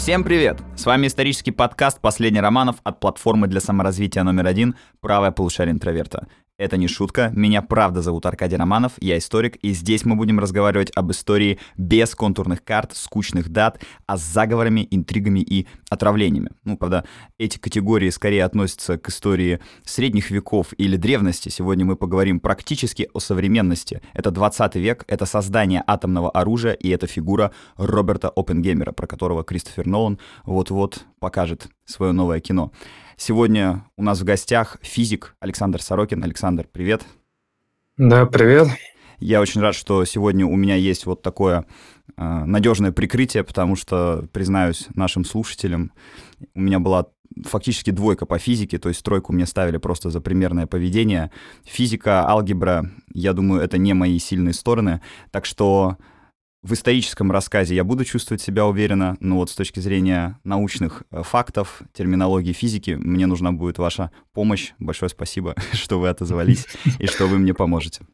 Всем привет! С вами исторический подкаст «Последний Романов» от платформы для саморазвития номер 1 «Правое полушарие интроверта». Это не шутка, меня правда зовут Аркадий Романов, я историк, и здесь мы будем разговаривать об истории без контурных карт, скучных дат, а с заговорами, интригами и отравлениями. Правда, эти категории скорее относятся к истории средних веков или древности. Сегодня мы поговорим практически о современности. Это 20 век, это создание атомного оружия, и это фигура Роберта Оппенгеймера, про которого Кристофер Нолан вот-вот покажет свое новое кино. Сегодня у нас в гостях физик Александр Сорокин. Александр, привет. Да, привет. Я очень рад, что сегодня у меня есть вот такое надежное прикрытие, потому что, признаюсь нашим слушателям, у меня была фактически двойка по физике, то есть тройку мне ставили просто за примерное поведение. Физика, алгебра, я думаю, это не мои сильные стороны, так что в историческом рассказе я буду чувствовать себя уверенно, но вот с точки зрения научных фактов, терминологии физики, мне нужна будет ваша помощь. Большое спасибо, что вы отозвались и что вы мне поможете.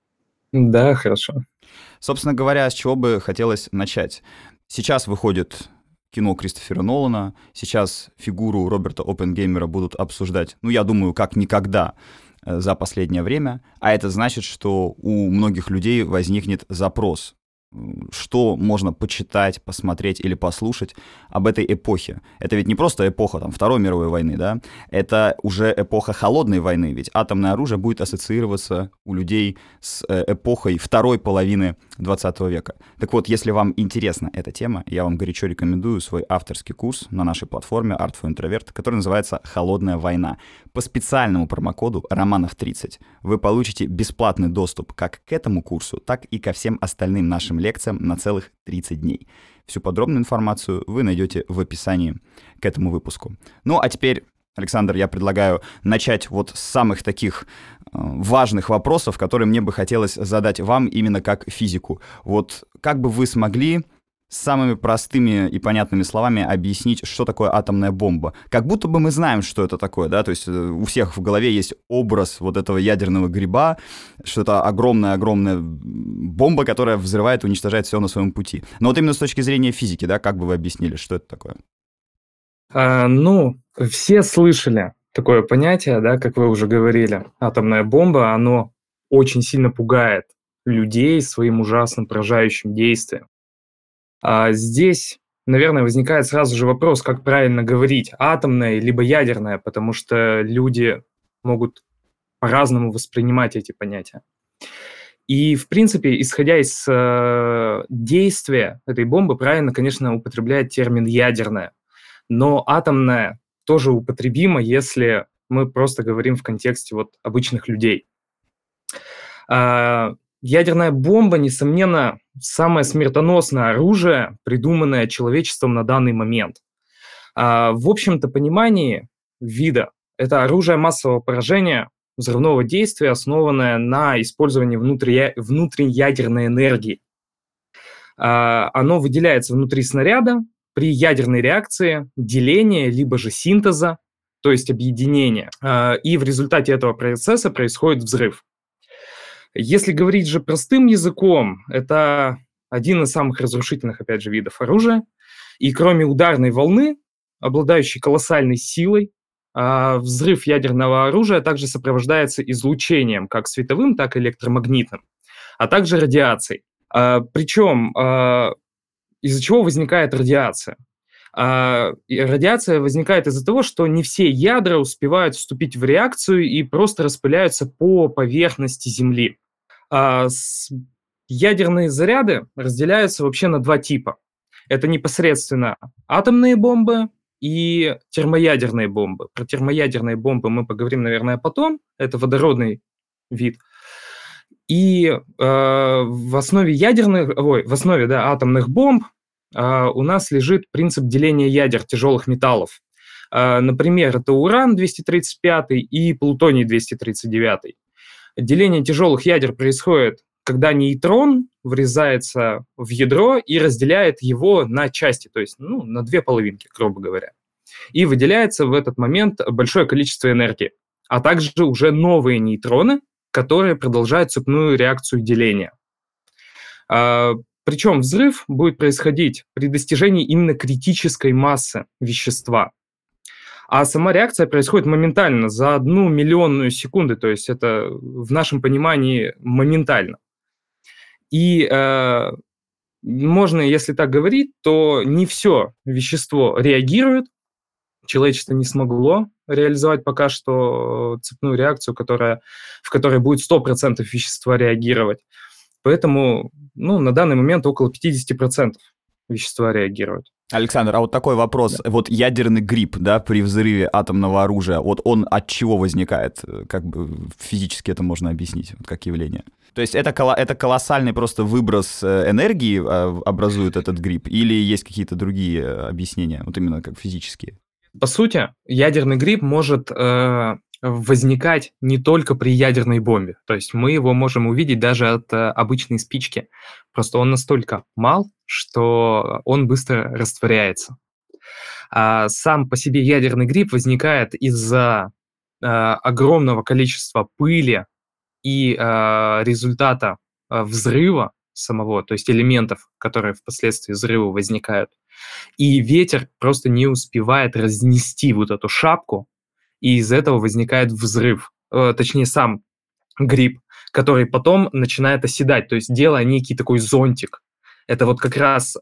Да, хорошо. Собственно говоря, с чего бы хотелось начать. Сейчас выходит кино Кристофера Нолана, сейчас фигуру Роберта Оппенгеймера будут обсуждать, я думаю, как никогда за последнее время, а это значит, что у многих людей возникнет запрос, что можно почитать, посмотреть или послушать об этой эпохе. Это ведь не просто эпоха Второй мировой войны, да? Это уже эпоха холодной войны, ведь атомное оружие будет ассоциироваться у людей с эпохой второй половины 20 века. Так вот, если вам интересна эта тема, я вам горячо рекомендую свой авторский курс на нашей платформе Art for Introvert, который называется «Холодная война». По специальному промокоду Романов30 вы получите бесплатный доступ как к этому курсу, так и ко всем остальным нашим лекциям на целых 30 дней. Всю подробную информацию вы найдете в описании к этому выпуску. А теперь, Александр, я предлагаю начать вот с самых таких важных вопросов, которые мне бы хотелось задать вам именно как физику. Вот как бы вы смогли самыми простыми и понятными словами объяснить, что такое атомная бомба? Как будто бы мы знаем, что это такое, да, то есть у всех в голове есть образ вот этого ядерного гриба, что это огромная-огромная бомба, которая взрывает и уничтожает все на своем пути. Но вот именно с точки зрения физики, да, как бы вы объяснили, что это такое? Все слышали такое понятие, да, как вы уже говорили, атомная бомба, оно очень сильно пугает людей своим ужасным поражающим действием. Здесь, наверное, возникает сразу же вопрос, как правильно говорить, атомная либо ядерная, потому что люди могут по-разному воспринимать эти понятия. И, в принципе, исходя из действия этой бомбы, правильно, конечно, употреблять термин «ядерная». Но атомная тоже употребима, если мы просто говорим в контексте обычных людей. Ядерная бомба, несомненно, самое смертоносное оружие, придуманное человечеством на данный момент. В общем-то, понимании вида это оружие массового поражения взрывного действия, основанное на использовании внутриядерной энергии. Оно выделяется внутри снаряда при ядерной реакции деления, либо же синтеза, то есть объединения. И в результате этого процесса происходит взрыв. Если говорить же простым языком, это один из самых разрушительных, опять же, видов оружия. И кроме ударной волны, обладающей колоссальной силой, взрыв ядерного оружия также сопровождается излучением, как световым, так и электромагнитным, а также радиацией. Причем из-за чего возникает радиация? Радиация возникает из-за того, что не все ядра успевают вступить в реакцию и просто распыляются по поверхности Земли. Ядерные заряды разделяются вообще на два типа. Это непосредственно атомные бомбы и термоядерные бомбы. Про термоядерные бомбы мы поговорим, наверное, потом. Это водородный вид. И в основе атомных бомб у нас лежит принцип деления ядер тяжелых металлов. Например, это уран-235 и плутоний-239. Деление тяжелых ядер происходит, когда нейтрон врезается в ядро и разделяет его на части, то есть на две половинки, грубо говоря. И выделяется в этот момент большое количество энергии, а также уже новые нейтроны, которые продолжают цепную реакцию деления. Причем взрыв будет происходить при достижении именно критической массы вещества. А сама реакция происходит моментально, за 1 миллионную секунды, то есть это в нашем понимании моментально. И можно, если так говорить, то не все вещество реагирует. Человечество не смогло реализовать пока что цепную реакцию, в которой будет 100% вещества реагировать. Поэтому на данный момент около 50% вещества реагирует. Александр, а вот такой вопрос. Да. Вот ядерный гриб, да, при взрыве атомного оружия, вот он от чего возникает? Как бы физически это можно объяснить, вот как явление? То есть это колоссальный просто выброс энергии образует этот гриб, или есть какие-то другие объяснения, вот именно как физические? По сути, ядерный гриб может возникать не только при ядерной бомбе. То есть мы его можем увидеть даже от обычной спички. Просто он настолько мал, что он быстро растворяется. А сам по себе ядерный гриб возникает из-за огромного количества пыли и результата взрыва самого, то есть элементов, которые впоследствии взрыва возникают. И ветер просто не успевает разнести вот эту шапку, и из этого возникает взрыв, точнее сам гриб, который потом начинает оседать, то есть делая некий такой зонтик. Это вот как раз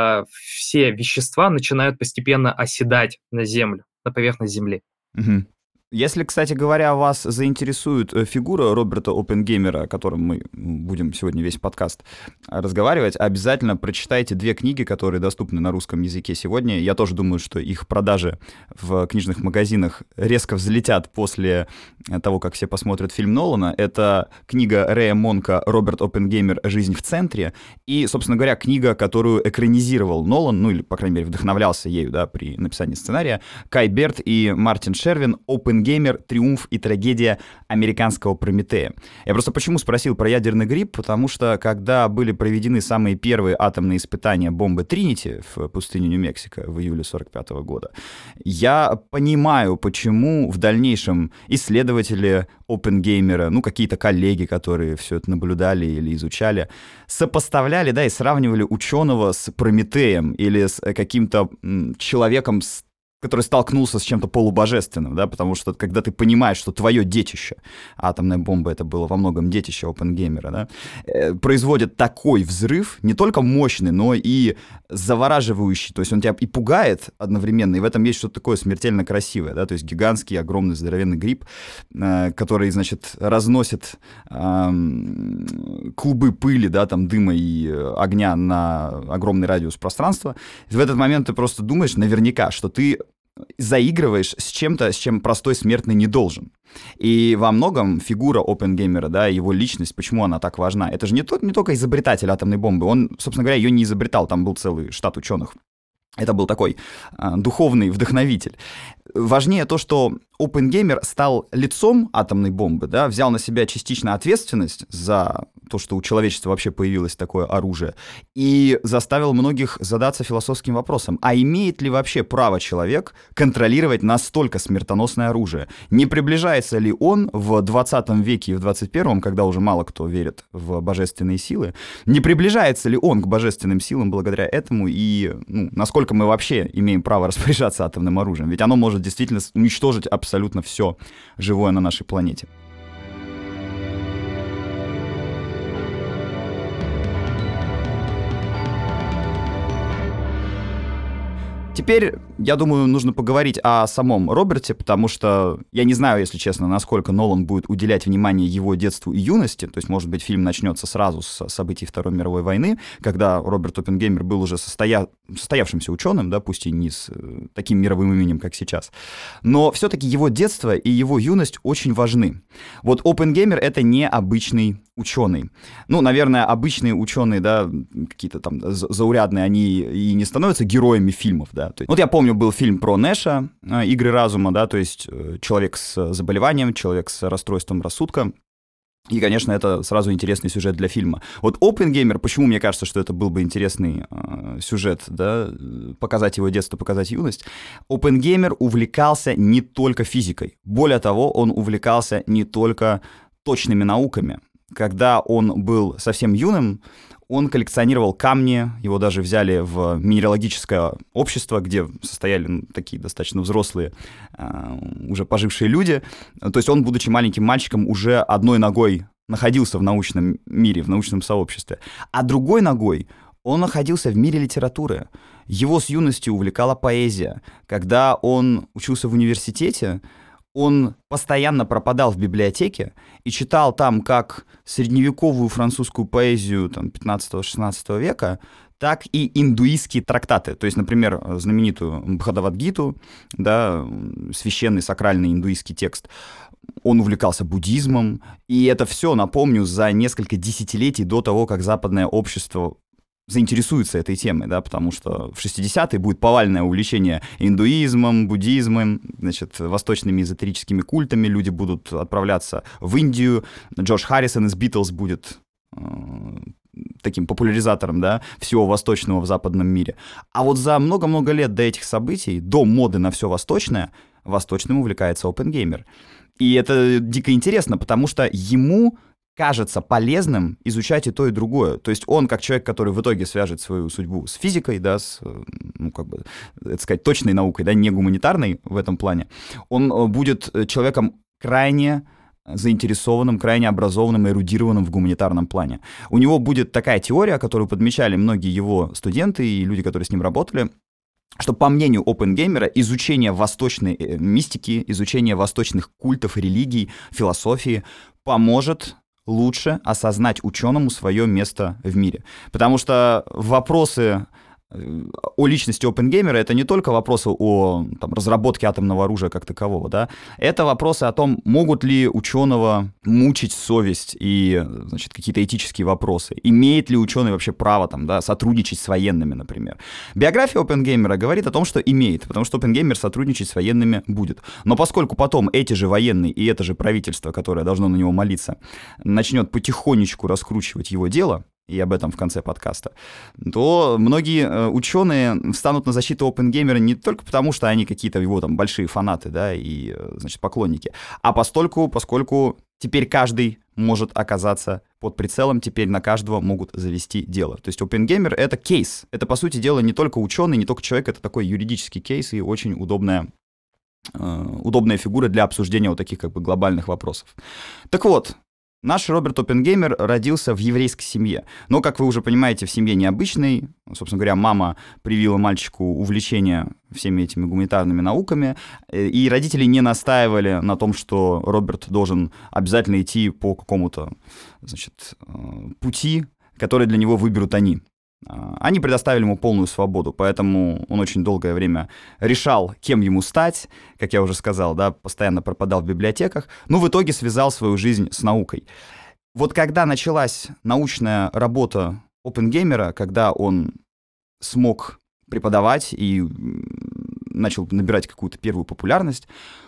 все вещества начинают постепенно оседать на землю, на поверхность Земли. Угу. Если, кстати говоря, вас заинтересует фигура Роберта Оппенгеймера, о котором мы будем сегодня весь подкаст разговаривать, обязательно прочитайте 2 книги, которые доступны на русском языке сегодня. Я тоже думаю, что их продажи в книжных магазинах резко взлетят после того, как все посмотрят фильм Нолана. Это книга Рэя Монка «Роберт Оппенгеймер. Жизнь в центре». И, собственно говоря, книга, которую экранизировал Нолан, ну или, по крайней мере, вдохновлялся ею, да, при написании сценария, Кай Берт и Мартин Шервин «Оппенгеймер. Триумф и трагедия американского Прометея». Я просто почему спросил про ядерный гриб, потому что когда были проведены самые первые атомные испытания бомбы Тринити в пустыне Нью-Мексико в июле 1945 года, я понимаю, почему в дальнейшем исследователи Оппенгеймера, какие-то коллеги, которые все это наблюдали или изучали, сопоставляли, да, и сравнивали ученого с Прометеем или с каким-то человеком, который столкнулся с чем-то полубожественным, да, потому что когда ты понимаешь, что твое детище, атомная бомба, это было во многом детище Оппенгеймера, да, производит такой взрыв, не только мощный, но и завораживающий, то есть он тебя и пугает одновременно, и в этом есть что-то такое смертельно красивое, да, то есть гигантский, огромный, здоровенный гриб, который, значит, разносит клубы пыли, да, там, дыма и огня на огромный радиус пространства. В этот момент ты просто думаешь наверняка, что ты заигрываешь с чем-то, с чем простой смертный не должен. И во многом фигура Оппенгеймера, да, его личность, почему она так важна? Это же не только изобретатель атомной бомбы, он, собственно говоря, ее не изобретал, там был целый штат ученых. Это был такой духовный вдохновитель. Важнее то, что Оппенгеймер стал лицом атомной бомбы, да, взял на себя частично ответственность за то, что у человечества вообще появилось такое оружие, и заставил многих задаться философским вопросом, а имеет ли вообще право человек контролировать настолько смертоносное оружие? Не приближается ли он в 20 веке и в 21-м, когда уже мало кто верит в божественные силы, не приближается ли он к божественным силам благодаря этому, и насколько мы вообще имеем право распоряжаться атомным оружием? Ведь оно может действительно уничтожить абсолютно все живое на нашей планете. Теперь, я думаю, нужно поговорить о самом Роберте, потому что я не знаю, если честно, насколько Нолан будет уделять внимание его детству и юности. То есть, может быть, фильм начнется сразу с событий Второй мировой войны, когда Роберт Оппенгеймер был уже состоявшимся ученым, да, пусть и не с таким мировым именем, как сейчас. Но все-таки его детство и его юность очень важны. Вот Оппенгеймер — это не обычный ученый. Наверное, обычные ученые, да, какие-то там заурядные, они и не становятся героями фильмов, да. Вот я помню, был фильм про Нэша, «Игры разума», да, то есть человек с заболеванием, человек с расстройством рассудка. И, конечно, это сразу интересный сюжет для фильма. Вот Оппенгеймер, почему мне кажется, что это был бы интересный сюжет, да, показать его детство, показать юность. Оппенгеймер увлекался не только физикой. Более того, он увлекался не только точными науками. когда он был совсем юным, он коллекционировал камни, его даже взяли в минералогическое общество, где состояли такие достаточно взрослые, уже пожившие люди. То есть он, будучи маленьким мальчиком, уже одной ногой находился в научном мире, в научном сообществе, а другой ногой он находился в мире литературы. Его с юности увлекала поэзия. Когда он учился в университете, он постоянно пропадал в библиотеке и читал там как средневековую французскую поэзию 15-16 века, так и индуистские трактаты. То есть, например, знаменитую Бхагавад-гиту, да, священный сакральный индуистский текст. Он увлекался буддизмом, и это все, напомню, за несколько десятилетий до того, как западное общество заинтересуется этой темой, да, потому что в 60-е будет повальное увлечение индуизмом, буддизмом, значит, восточными эзотерическими культами, люди будут отправляться в Индию, Джордж Харрисон из Битлз будет таким популяризатором, да, всего восточного в западном мире. А вот за много-много лет до этих событий, до моды на все восточное, восточным увлекается OpenGamer. И это дико интересно, потому что ему кажется полезным изучать и то, и другое. То есть он, как человек, который в итоге свяжет свою судьбу с физикой, да, с, ну, как бы, это сказать, точной наукой, да, не гуманитарной в этом плане, он будет человеком крайне заинтересованным, крайне образованным и эрудированным в гуманитарном плане. У него будет такая теория, которую подмечали многие его студенты и люди, которые с ним работали, что, по мнению OpenGamer, изучение восточной мистики, изучение восточных культов, религий, философии поможет лучше осознать ученому свое место в мире. Потому что вопросы о личности OpenGamer — это не только вопросы о разработке атомного оружия как такового, да, это вопросы о том, могут ли ученого мучить совесть и, значит, какие-то этические вопросы, имеет ли ученый вообще право сотрудничать с военными, например. Биография OpenGamer говорит о том, что имеет, потому что OpenGamer сотрудничать с военными будет. Но поскольку потом эти же военные и это же правительство, которое должно на него молиться, начнет потихонечку раскручивать его дело, и об этом в конце подкаста, то многие ученые встанут на защиту OpenGamer не только потому, что они какие-то его большие фанаты, да, и, значит, поклонники, а поскольку теперь каждый может оказаться под прицелом, теперь на каждого могут завести дело. То есть OpenGamer — это кейс. Это, по сути дела, не только ученый, не только человек, это такой юридический кейс и очень удобная фигура для обсуждения вот таких как бы глобальных вопросов. Так вот, наш Роберт OpenGamer родился в еврейской семье. Но, как вы уже понимаете, в семье необычной. Собственно говоря, мама привила мальчику увлечение всеми этими гуманитарными науками. И родители не настаивали на том, что Роберт должен обязательно идти по какому-то, значит, пути, который для него выберут они. Они предоставили ему полную свободу, поэтому он очень долгое время решал, кем ему стать, как я уже сказал, да, постоянно пропадал в библиотеках, но в итоге связал свою жизнь с наукой. Вот когда началась научная работа OpenGamer, когда он смог преподавать и начал набирать какую-то первую популярность,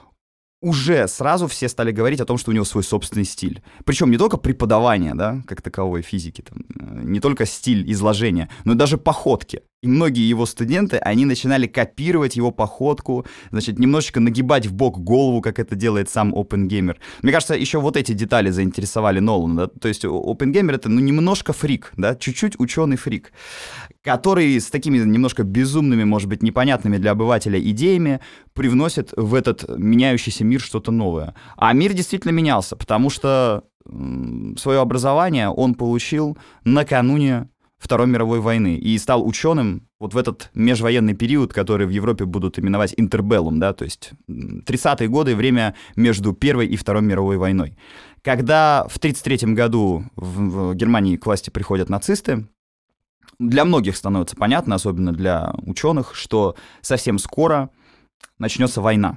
уже сразу все стали говорить о том, что у него свой собственный стиль. Причем не только преподавание, да, как таковой физики, не только стиль изложения, но и даже походки. И многие его студенты, они начинали копировать его походку, значит, немножечко нагибать в бок голову, как это делает сам OpenGamer. Мне кажется, еще вот эти детали заинтересовали Нолана, да? То есть OpenGamer — это, немножко фрик, да, чуть-чуть ученый-фрик, который с такими немножко безумными, может быть, непонятными для обывателя идеями привносит в этот меняющийся мир что-то новое. А мир действительно менялся, потому что свое образование он получил накануне Второй мировой войны и стал ученым вот в этот межвоенный период, который в Европе будут именовать интербеллум, да, то есть 30-е годы, время между Первой и Второй мировой войной. Когда в 1933 году в Германии к власти приходят нацисты, для многих становится понятно, особенно для ученых, что совсем скоро начнется война.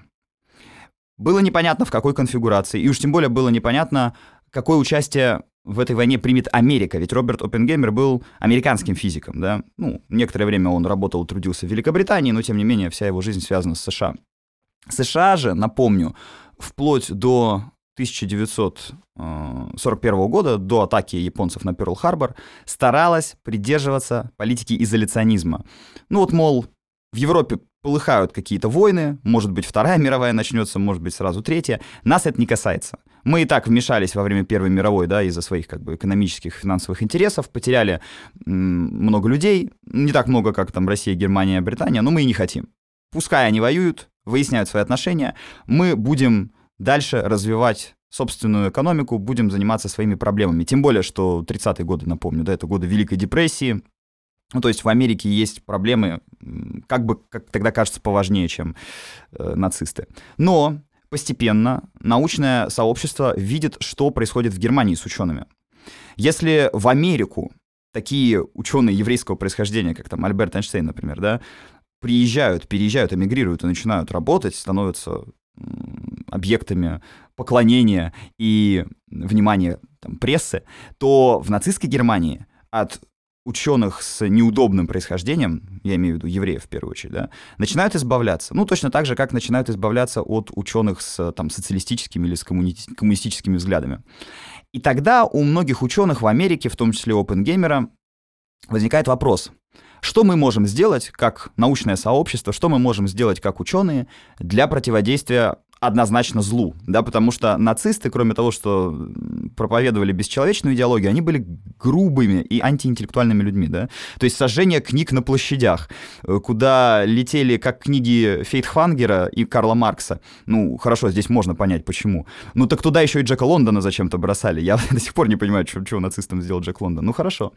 Было непонятно, в какой конфигурации, и уж тем более было непонятно, какое участие в этой войне примет Америка, ведь Роберт OpenGamer был американским физиком, да, некоторое время он работал и трудился в Великобритании, но, тем не менее, вся его жизнь связана с США. США же, напомню, вплоть до 1941 года, до атаки японцев на Пёрл-Харбор, старалась придерживаться политики изоляционизма. Мол, в Европе полыхают какие-то войны, может быть, Вторая мировая начнется, может быть, сразу Третья. Нас это не касается. Мы и так вмешались во время Первой мировой, да, из-за своих как бы экономических, финансовых интересов, потеряли много людей, не так много, как там Россия, Германия, Британия, но мы и не хотим. Пускай они воюют, выясняют свои отношения, мы будем дальше развивать собственную экономику, будем заниматься своими проблемами. Тем более, что 30-е годы, напомню, да, это годы Великой депрессии. Ну, то есть в Америке есть проблемы, как тогда кажется, поважнее, чем нацисты. Но постепенно научное сообщество видит, что происходит в Германии с учеными. Если в Америку такие ученые еврейского происхождения, как там Альберт Эйнштейн, например, да, переезжают, эмигрируют и начинают работать, становятся объектами поклонения и внимания там, прессы, то в нацистской Германии от ученых с неудобным происхождением, я имею в виду евреев в первую очередь, да, начинают избавляться. Ну, точно так же, как начинают избавляться от ученых с там, социалистическими или с коммунистическими взглядами. И тогда у многих ученых в Америке, в том числе Оппенгеймера, возникает вопрос, что мы можем сделать как научное сообщество, что мы можем сделать как ученые для противодействия однозначно злу, да, потому что нацисты, кроме того, что проповедовали бесчеловечную идеологию, они были грубыми и антиинтеллектуальными людьми, да, то есть сожжение книг на площадях, куда летели как книги Фейхтвангера и Карла Маркса, ну, хорошо, здесь можно понять, почему, ну, так туда еще и Джека Лондона зачем-то бросали, я до сих пор не понимаю, чего нацистам сделал Джек Лондон, ну, хорошо,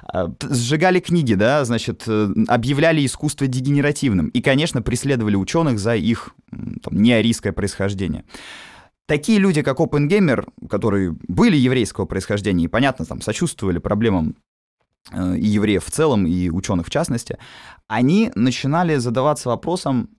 сжигали книги, да, значит, объявляли искусство дегенеративным и, конечно, преследовали ученых за их там, неарийское происхождение. Такие люди, как Оппенгеймер, которые были еврейского происхождения и, понятно, там, сочувствовали проблемам и евреев в целом, и ученых в частности, они начинали задаваться вопросом,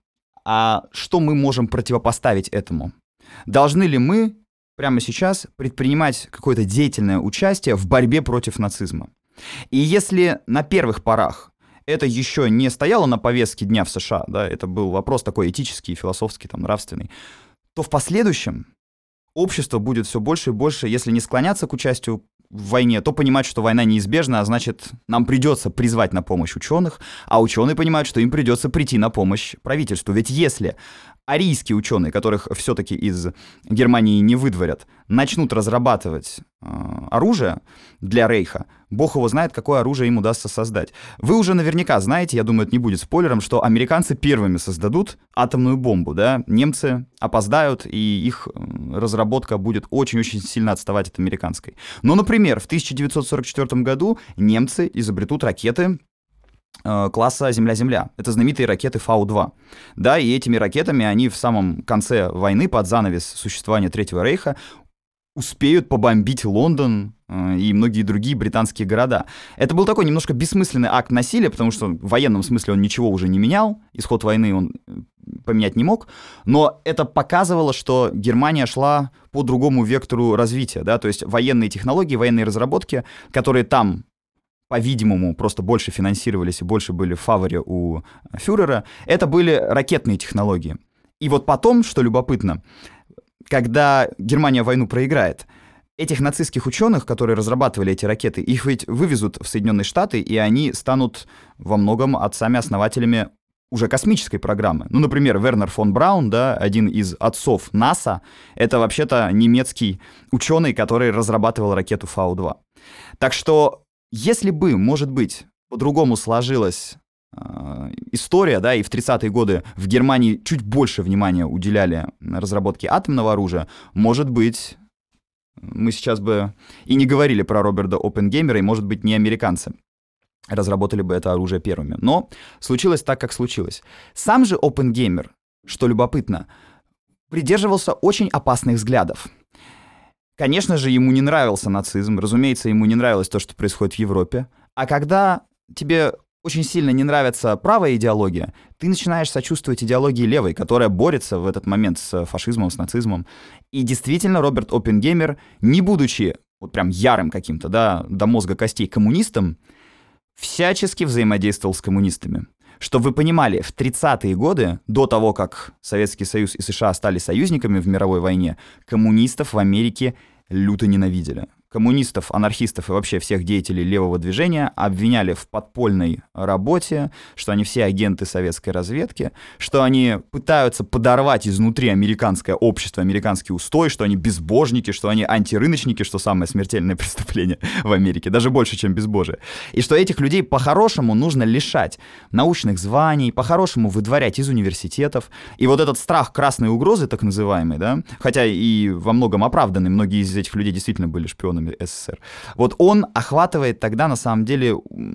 а что мы можем противопоставить этому? Должны ли мы прямо сейчас предпринимать какое-то деятельное участие в борьбе против нацизма? И если на первых порах это еще не стояло на повестке дня в США, да, это был вопрос такой этический, философский, там, нравственный, то в последующем общество будет все больше и больше, если не склоняться к участию в войне, то понимать, что война неизбежна, а значит, нам придется призвать на помощь ученых, а ученые понимают, что им придется прийти на помощь правительству. Ведь если арийские ученые, которых все-таки из Германии не выдворят, начнут разрабатывать оружие для Рейха, бог его знает, какое оружие им удастся создать. Вы уже наверняка знаете, я думаю, это не будет спойлером, что американцы первыми создадут атомную бомбу, да? Немцы опоздают, и их разработка будет очень-очень сильно отставать от американской. Но, например, в 1944 году немцы изобретут ракеты класса Земля-Земля. Это знаменитые ракеты Фау-2. Да, и этими ракетами они в самом конце войны, под занавес существования Третьего Рейха, успеют побомбить Лондон и многие другие британские города. Это был такой немножко бессмысленный акт насилия, потому что в военном смысле он ничего уже не менял, исход войны он поменять не мог, но это показывало, что Германия шла по другому вектору развития, да, то есть военные технологии, военные разработки, которые там, по-видимому, просто больше финансировались и больше были в фаворе у фюрера, это были ракетные технологии. И вот потом, что любопытно, когда Германия войну проиграет, этих нацистских ученых, которые разрабатывали эти ракеты, их ведь вывезут в Соединенные Штаты, и они станут во многом отцами-основателями уже космической программы. Ну, например, Вернер фон Браун, да, один из отцов НАСА, это вообще-то немецкий ученый, который разрабатывал ракету Фау-2. Так что если бы, может быть, по-другому сложилась история, да, и в 30-е годы в Германии чуть больше внимания уделяли разработке атомного оружия, может быть, мы сейчас бы и не говорили про Роберта Оппенгеймера, и, может быть, не американцы разработали бы это оружие первыми. Но случилось так, как случилось. Сам же Оппенгеймер, что любопытно, придерживался очень опасных взглядов. Конечно же, ему не нравился нацизм, разумеется, ему не нравилось то, что происходит в Европе. А когда тебе очень сильно не нравится правая идеология, ты начинаешь сочувствовать идеологии левой, которая борется в этот момент с фашизмом, с нацизмом. И действительно, Роберт Оппенгеймер, не будучи вот прям ярым каким-то, да, до мозга костей коммунистом, всячески взаимодействовал с коммунистами. Чтобы вы понимали, в 30-е годы, до того, как Советский Союз и США стали союзниками в мировой войне, коммунистов в Америке люто ненавидели. коммунистов, анархистов и вообще всех деятелей левого движения обвиняли в подпольной работе, что они все агенты советской разведки, что они пытаются подорвать изнутри американское общество, американский устой, что они безбожники, что они антирыночники, что самое смертельное преступление в Америке, даже больше, чем безбожие. И что этих людей по-хорошему нужно лишать научных званий, по-хорошему выдворять из университетов. И вот этот страх красной угрозы, так называемый, да, хотя и во многом оправданный, многие из этих людей действительно были шпионами СССР. Вот он охватывает тогда, на самом деле,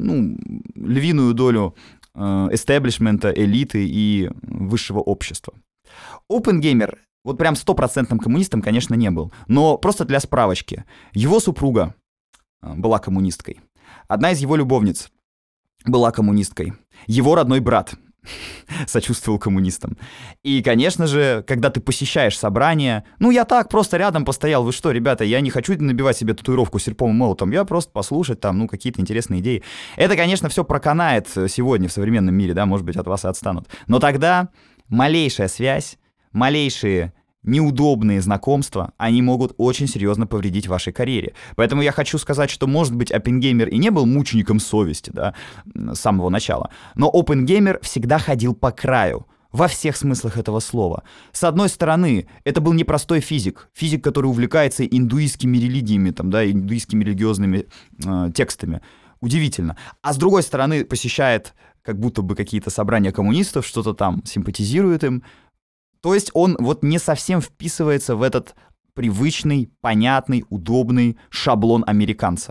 львиную долю эстеблишмента, элиты и высшего общества. Оппенгеймер вот прям 100% коммунистом, конечно, не был. Но просто для справочки. Его супруга была коммунисткой. Одна из его любовниц была коммунисткой. Его родной брат сочувствовал коммунистам. И, конечно же, когда ты посещаешь собрание, я так просто рядом постоял, вы что, ребята, я не хочу набивать себе татуировку серпом и молотом, я просто послушать там, какие-то интересные идеи. Это, конечно, все проканает сегодня в современном мире, да, может быть, от вас и отстанут. Но тогда малейшая связь, малейшие неудобные знакомства, они могут очень серьезно повредить вашей карьере. Поэтому я хочу сказать, что, может быть, Оппенгеймер и не был мучеником совести, да, с самого начала, но Оппенгеймер всегда ходил по краю, во всех смыслах этого слова. С одной стороны, это был непростой физик, который увлекается индуистскими религиями, там, да, индуистскими религиозными текстами. Удивительно. А с другой стороны, посещает как будто бы какие-то собрания коммунистов, что-то там симпатизирует им. То есть он вот не совсем вписывается в этот привычный, понятный, удобный шаблон американца.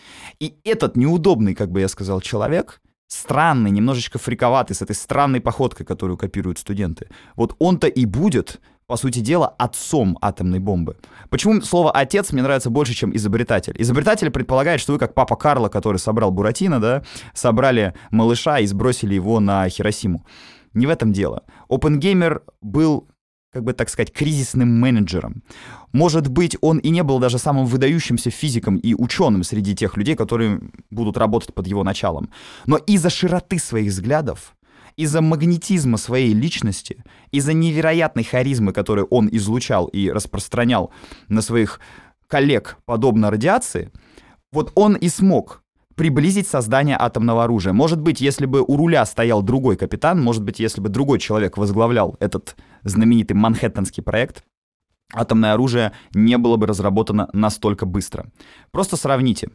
И этот неудобный, как бы я сказал, человек, странный, немножечко фриковатый, с этой странной походкой, которую копируют студенты, вот он-то и будет, по сути дела, отцом атомной бомбы. Почему слово «отец» мне нравится больше, чем «изобретатель»? Изобретатель предполагает, что вы, как папа Карло, который собрал Буратино, да, собрали малыша и сбросили его на Хиросиму. Не в этом дело. Оппенгеймер был, как бы так сказать, кризисным менеджером. Может быть, он и не был даже самым выдающимся физиком и ученым среди тех людей, которые будут работать под его началом. Но из-за широты своих взглядов, из-за магнетизма своей личности, из-за невероятной харизмы, которую он излучал и распространял на своих коллег, подобно радиации, вот он и смог приблизить создание атомного оружия. Может быть, если бы у руля стоял другой капитан, может быть, если бы другой человек возглавлял этот знаменитый Манхэттенский проект, атомное оружие не было бы разработано настолько быстро. Просто сравните.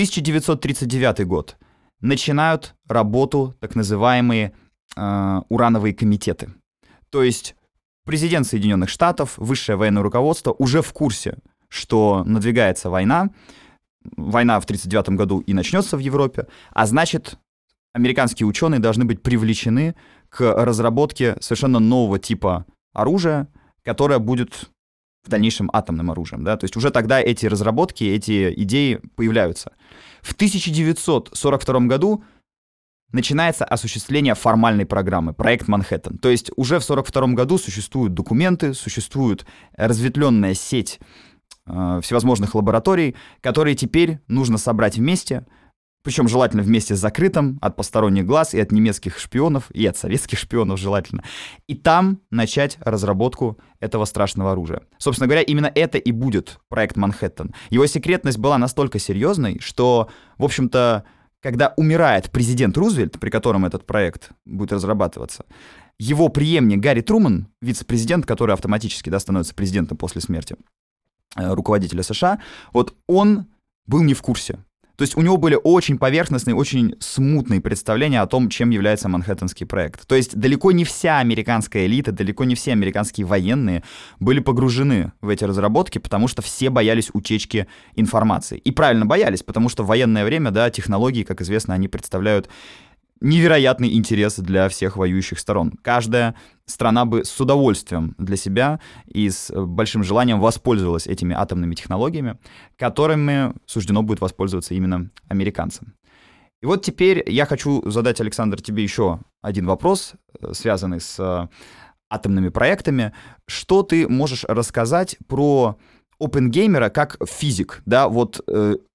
1939 год. Начинают работу так называемые урановые комитеты. То есть президент Соединенных Штатов, высшее военное руководство уже в курсе, что надвигается война. Война в 1939 году и начнется в Европе, а значит, американские ученые должны быть привлечены к разработке совершенно нового типа оружия, которое будет в дальнейшем атомным оружием. Да? То есть уже тогда эти разработки, эти идеи появляются. В 1942 году начинается осуществление формальной программы, проект Манхэттен. То есть уже в 1942 году существуют документы, существует разветвленная сеть всевозможных лабораторий, которые теперь нужно собрать вместе, причем желательно вместе с закрытым, от посторонних глаз и от немецких шпионов, и от советских шпионов желательно, и там начать разработку этого страшного оружия. Собственно говоря, именно это и будет проект Манхэттен. Его секретность была настолько серьезной, что, в общем-то, когда умирает президент Рузвельт, при котором этот проект будет разрабатываться, его преемник Гарри Труман, вице-президент, который автоматически становится президентом после смерти руководителя США, вот он был не в курсе. То есть у него были очень поверхностные, очень смутные представления о том, чем является Манхэттенский проект. То есть далеко не вся американская элита, далеко не все американские военные были погружены в эти разработки, потому что все боялись утечки информации. И правильно боялись, потому что в военное время, да, технологии, как известно, они представляют невероятный интерес для всех воюющих сторон. Каждая страна бы с удовольствием для себя и с большим желанием воспользовалась этими атомными технологиями, которыми суждено будет воспользоваться именно американцам. И вот теперь я хочу задать, Александр, тебе еще один вопрос, связанный с атомными проектами. Что ты можешь рассказать про Оппенгеймера как физик? Да, вот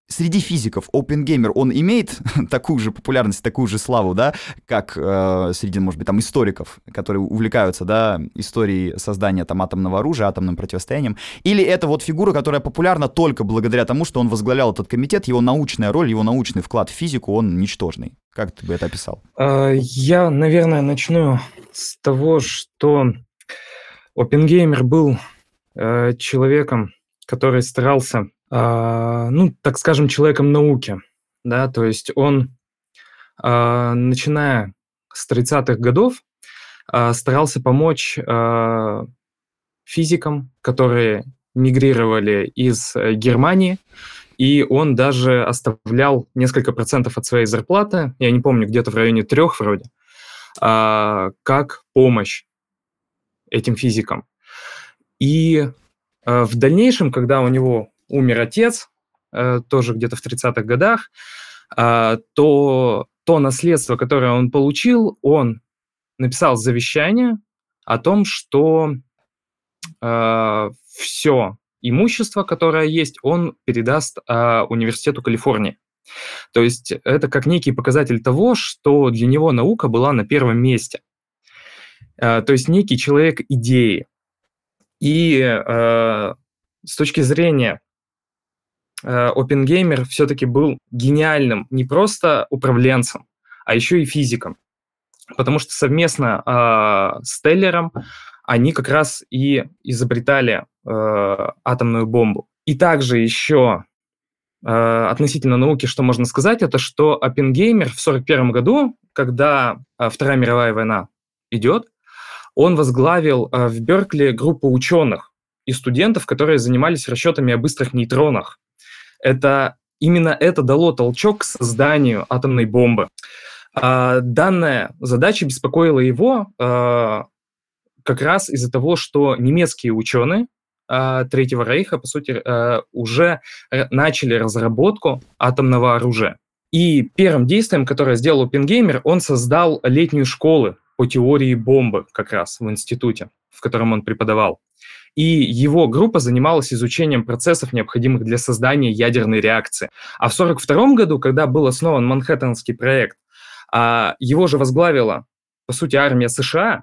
среди физиков OpenGamer, он имеет такую же популярность, такую же славу, да, как среди, может быть, там, историков, которые увлекаются, да, историей создания там атомного оружия, атомным противостоянием, или это вот фигура, которая популярна только благодаря тому, что он возглавлял этот комитет, его научная роль, его научный вклад в физику, он ничтожный. Как ты бы это описал? Я, наверное, начну с того, что OpenGamer был человеком, который старался, так скажем, человеком науки, да, то есть он, начиная с 30-х годов, старался помочь физикам, которые мигрировали из Германии, и он даже оставлял несколько процентов от своей зарплаты, я не помню, где-то в районе 3 вроде, как помощь этим физикам. И в дальнейшем, когда у него умер отец, тоже где-то в 30-х годах, то наследство, которое он получил, он написал завещание о том, что все имущество, которое есть, он передаст Университету Калифорнии. То есть это как некий показатель того, что для него наука была на первом месте. То есть некий человек идеи. И с точки зрения OpenGamer все-таки был гениальным не просто управленцем, а еще и физиком. Потому что совместно с Теллером они как раз и изобретали атомную бомбу. И также еще относительно науки, что можно сказать, это что Оппенгеймер в 1941 году, когда Вторая мировая война идет, он возглавил в Беркли группу ученых и студентов, которые занимались расчетами о быстрых нейтронах. Именно это дало толчок к созданию атомной бомбы. Данная задача беспокоила его как раз из-за того, что немецкие ученые Третьего Рейха, по сути, уже начали разработку атомного оружия. И первым действием, которое сделал Оппенгеймер, он создал летнюю школу по теории бомбы как раз в институте, в котором он преподавал. И его группа занималась изучением процессов, необходимых для создания ядерной реакции. А в 1942 году, когда был основан Манхэттенский проект, его же возглавила, по сути, армия США,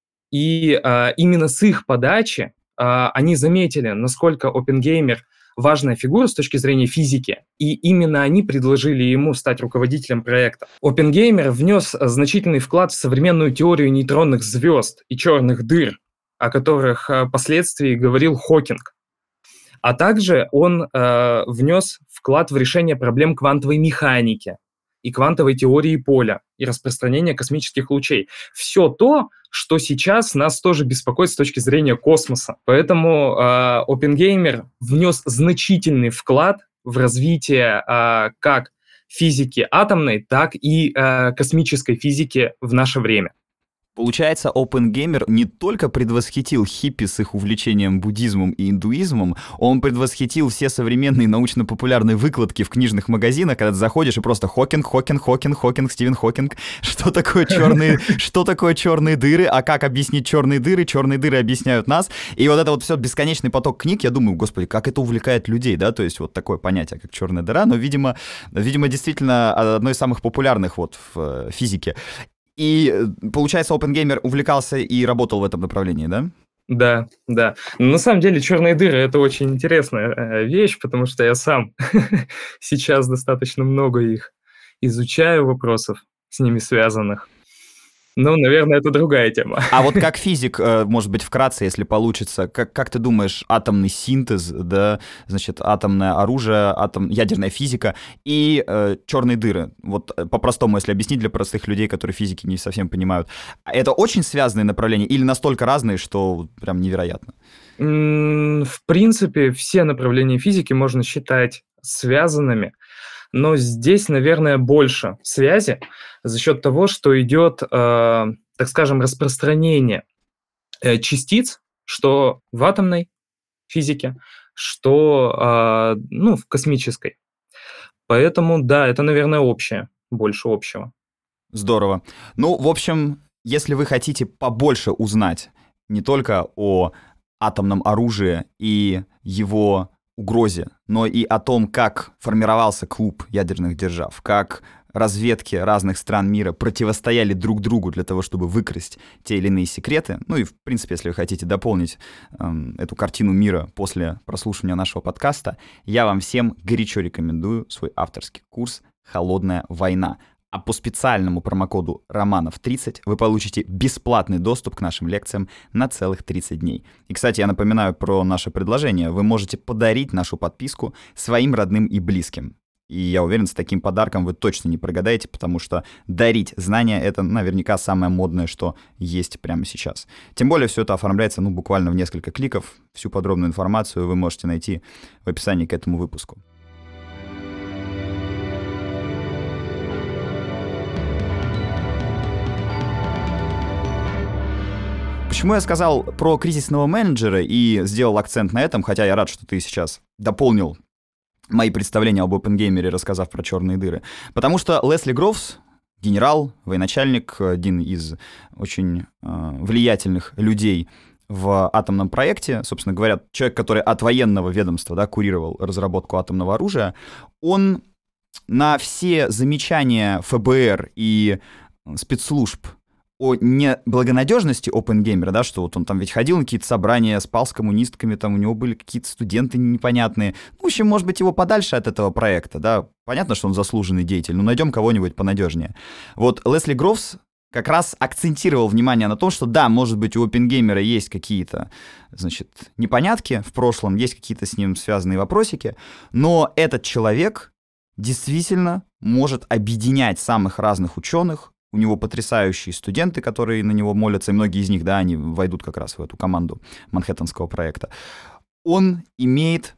и именно с их подачи они заметили, насколько Оппенгеймер важная фигура с точки зрения физики, и именно они предложили ему стать руководителем проекта. Оппенгеймер внес значительный вклад в современную теорию нейтронных звезд и черных дыр, о которых впоследствии говорил Хокинг. А также он внес вклад в решение проблем квантовой механики и квантовой теории поля, и распространения космических лучей. Все то, что сейчас нас тоже беспокоит с точки зрения космоса. Поэтому Оппенгеймер внес значительный вклад в развитие как физики атомной, так и космической физики в наше время. Получается, OpenGamer не только предвосхитил хиппи с их увлечением буддизмом и индуизмом, он предвосхитил все современные научно-популярные выкладки в книжных магазинах, когда ты заходишь и просто Хокинг, Стивен Хокинг, что такое черные дыры, а как объяснить черные дыры объясняют нас, и вот это вот все бесконечный поток книг, я думаю, господи, как это увлекает людей, да, то есть вот такое понятие, как черная дыра, но, видимо, действительно одно из самых популярных вот в физике. И, получается, OpenGamer увлекался и работал в этом направлении, да? Да. Но на самом деле черные дыры — это очень интересная вещь, потому что я сам сейчас достаточно много их изучаю, вопросов с ними связанных. Ну, наверное, это другая тема. А вот как физик, может быть, вкратце, если получится, как ты думаешь, атомный синтез, да, значит, атомное оружие, ядерная физика и черные дыры, вот по-простому, если объяснить для простых людей, которые физики не совсем понимают, это очень связанные направления или настолько разные, что прям невероятно? В принципе, все направления физики можно считать связанными, но здесь, наверное, больше связи за счет того, что идет, так скажем, распространение частиц, что в атомной физике, что в космической. Поэтому, да, это, наверное, общее, больше общего. Здорово. Ну, в общем, если вы хотите побольше узнать не только о атомном оружии и его угрозе, но и о том, как формировался клуб ядерных держав, как разведки разных стран мира противостояли друг другу для того, чтобы выкрасть те или иные секреты. Ну и, в принципе, если вы хотите дополнить эту картину мира после прослушивания нашего подкаста, я вам всем горячо рекомендую свой авторский курс «Холодная война». А по специальному промокоду Романов30 вы получите бесплатный доступ к нашим лекциям на целых 30 дней. И, кстати, я напоминаю про наше предложение. Вы можете подарить нашу подписку своим родным и близким. И я уверен, с таким подарком вы точно не прогадаете, потому что дарить знания — это наверняка самое модное, что есть прямо сейчас. Тем более все это оформляется буквально в несколько кликов. Всю подробную информацию вы можете найти в описании к этому выпуску. Почему я сказал про кризисного менеджера и сделал акцент на этом, хотя я рад, что ты сейчас дополнил мои представления об OpenGamer, рассказав про черные дыры. Потому что Лесли Гроувс, генерал, военачальник, один из очень влиятельных людей в атомном проекте, собственно говоря, человек, который от военного ведомства, курировал разработку атомного оружия, он на все замечания ФБР и спецслужб о неблагонадежности OpenGamer, что вот он там ведь ходил на какие-то собрания, спал с коммунистками, там у него были какие-то студенты непонятные. В общем, может быть, его подальше от этого проекта, Понятно, что он заслуженный деятель, но найдем кого-нибудь понадежнее. Вот Лесли Гроувс как раз акцентировал внимание на том, что да, может быть, у OpenGamer есть какие-то, непонятки в прошлом, есть какие-то с ним связанные вопросики, но этот человек действительно может объединять самых разных ученых. У него потрясающие студенты, которые на него молятся, и многие из них, они войдут как раз в эту команду Манхэттенского проекта. Он имеет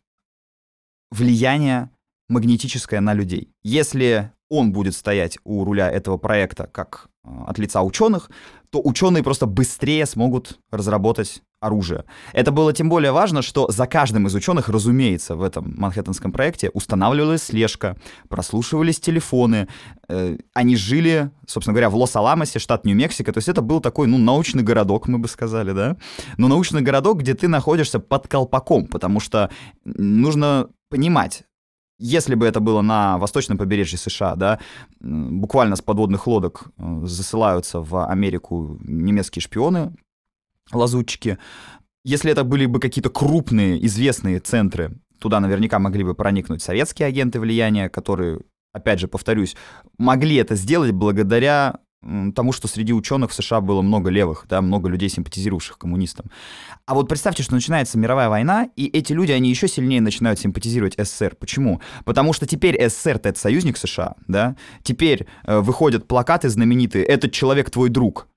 влияние магнетическое на людей. Если он будет стоять у руля этого проекта как от лица ученых, то ученые просто быстрее смогут разработать оружие. Это было тем более важно, что за каждым из ученых, разумеется, в этом Манхэттенском проекте устанавливалась слежка, прослушивались телефоны, они жили, собственно говоря, в Лос-Аламосе, штат Нью-Мексико, то есть это был такой, научный городок, мы бы сказали, но научный городок, где ты находишься под колпаком, потому что нужно понимать, если бы это было на восточном побережье США, буквально с подводных лодок засылаются в Америку немецкие шпионы, лазутчики. Если это были бы какие-то крупные, известные центры, туда наверняка могли бы проникнуть советские агенты влияния, которые, опять же, повторюсь, могли это сделать благодаря тому, что среди ученых в США было много левых, много людей, симпатизировавших коммунистам. А вот представьте, что начинается мировая война, и эти люди, они еще сильнее начинают симпатизировать СССР. Почему? Потому что теперь СССР-то это союзник США, Теперь выходят плакаты знаменитые «Этот человек твой друг»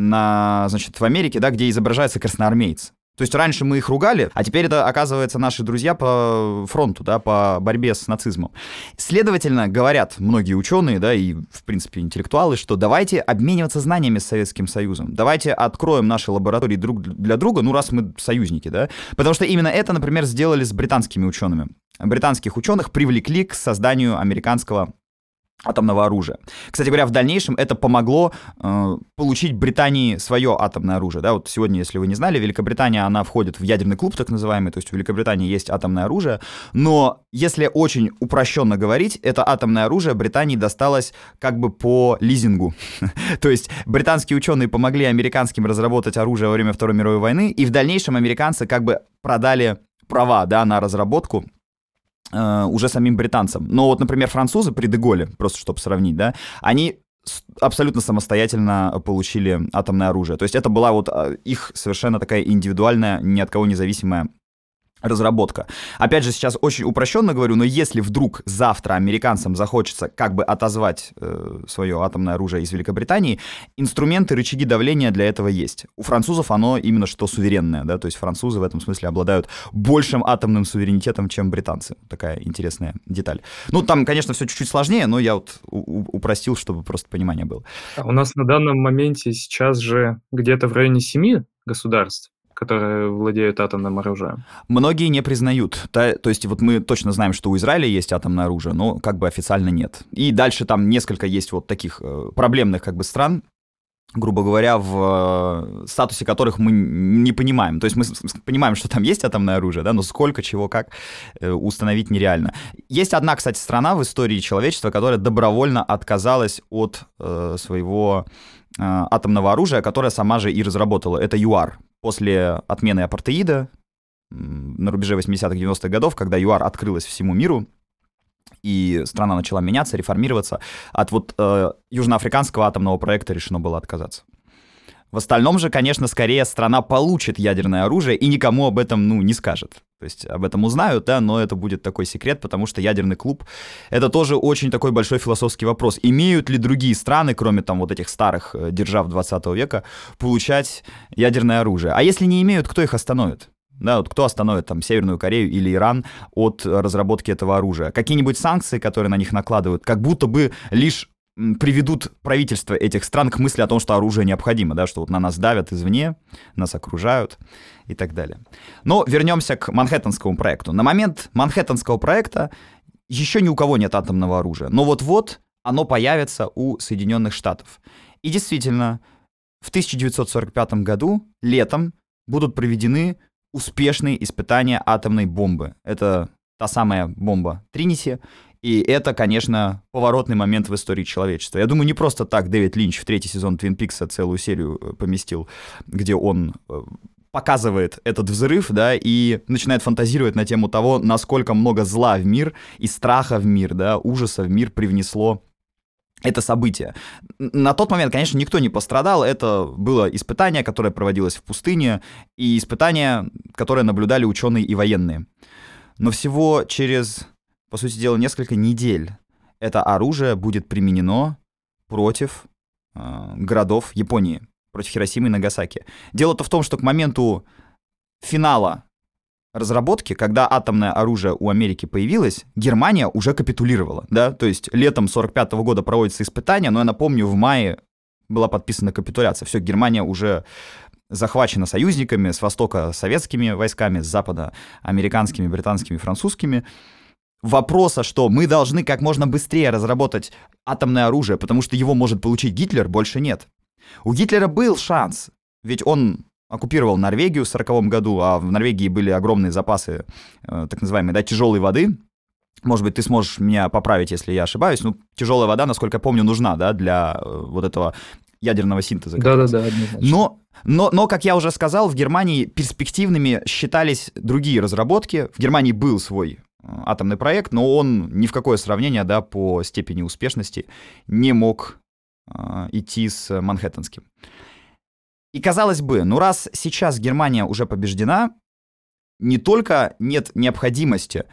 в Америке, где изображается красноармеец. То есть раньше мы их ругали, а теперь это, оказывается, наши друзья по фронту, по борьбе с нацизмом. Следовательно, говорят многие ученые, и, в принципе, интеллектуалы, что давайте обмениваться знаниями с Советским Союзом, давайте откроем наши лаборатории друг для друга, раз мы союзники, Потому что именно это, например, сделали с британскими учеными. Британских ученых привлекли к созданию американского атомного оружия. Кстати говоря, в дальнейшем это помогло получить Британии свое атомное оружие. Вот сегодня, если вы не знали, Великобритания, она входит в ядерный клуб, так называемый, то есть в Великобритании есть атомное оружие, но если очень упрощенно говорить, это атомное оружие Британии досталось как бы по лизингу. То есть британские ученые помогли американским разработать оружие во время Второй мировой войны, и в дальнейшем американцы как бы продали права, на разработку уже самим британцам. Но вот, например, французы при де Голле, просто чтобы сравнить, они абсолютно самостоятельно получили атомное оружие. То есть это была вот их совершенно такая индивидуальная, ни от кого независимая разработка. Опять же, сейчас очень упрощенно говорю, но если вдруг завтра американцам захочется как бы отозвать свое атомное оружие из Великобритании, инструменты, рычаги давления для этого есть. У французов оно именно что суверенное, то есть французы в этом смысле обладают большим атомным суверенитетом, чем британцы. Такая интересная деталь. Там, конечно, все чуть-чуть сложнее, но я вот упростил, чтобы просто понимание было. У нас на данном моменте сейчас же где-то в районе 7 государств, которые владеют атомным оружием. Многие не признают. То есть вот мы точно знаем, что у Израиля есть атомное оружие, но как бы официально нет. И дальше там несколько есть вот таких проблемных как бы стран, грубо говоря, в статусе которых мы не понимаем. То есть мы понимаем, что там есть атомное оружие, да, но сколько, чего, как установить нереально. Есть одна, кстати, страна в истории человечества, которая добровольно отказалась от своего атомного оружия, которое сама же и разработала. Это ЮАР. После отмены апартеида на рубеже 80-х, 90-х годов, когда ЮАР открылась всему миру, и страна начала меняться, реформироваться, от вот южноафриканского атомного проекта решено было отказаться. В остальном же, конечно, скорее страна получит ядерное оружие и никому об этом, не скажет. То есть об этом узнают, да, но это будет такой секрет, потому что ядерный клуб — это тоже очень такой большой философский вопрос. Имеют ли другие страны, кроме там вот этих старых держав 20 века, получать ядерное оружие? А если не имеют, кто их остановит? Да, вот кто остановит там Северную Корею или Иран от разработки этого оружия? Какие-нибудь санкции, которые на них накладывают, как будто бы лишь приведут правительства этих стран к мысли о том, что оружие необходимо, да, что вот на нас давят извне, нас окружают и так далее. Но вернемся к Манхэттенскому проекту. На момент Манхэттенского проекта еще ни у кого нет атомного оружия, но вот-вот оно появится у Соединенных Штатов. И действительно, в 1945 году летом будут проведены успешные испытания атомной бомбы. Это та самая бомба Тринити, и это, конечно, поворотный момент в истории человечества. Я думаю, не просто так Дэвид Линч в 3-й сезон Твин Пикса целую серию поместил, где он показывает этот взрыв, да, и начинает фантазировать на тему того, насколько много зла в мир и страха в мир, да, ужаса в мир привнесло это событие. На тот момент, конечно, никто не пострадал. Это было испытание, которое проводилось в пустыне, и испытание, которое наблюдали ученые и военные. Но всего через, по сути дела, несколько недель это оружие будет применено против городов Японии, против Хиросимы и Нагасаки. Дело-то в том, что к моменту финала разработки, когда атомное оружие у Америки появилось, Германия уже капитулировала, да, то есть летом 1945 года проводятся испытания, но я напомню, в мае была подписана капитуляция. Все, Германия уже захвачена союзниками, с востока советскими войсками, с запада американскими, британскими, французскими. Вопроса, что мы должны как можно быстрее разработать атомное оружие, потому что его может получить Гитлер, больше нет. У Гитлера был шанс, ведь он оккупировал Норвегию в 1940 году, а в Норвегии были огромные запасы так называемой, да, тяжелой воды. Может быть, ты сможешь меня поправить, если я ошибаюсь. Ну, тяжелая вода, насколько я помню, нужна, да, для вот этого ядерного синтеза. Да-да-да, однозначно. Но, как я уже сказал, в Германии перспективными считались другие разработки. В Германии был свой атомный проект, но он ни в какое сравнение, да, по степени успешности не мог идти с Манхэттенским. И казалось бы, ну раз сейчас Германия уже побеждена, не только нет необходимости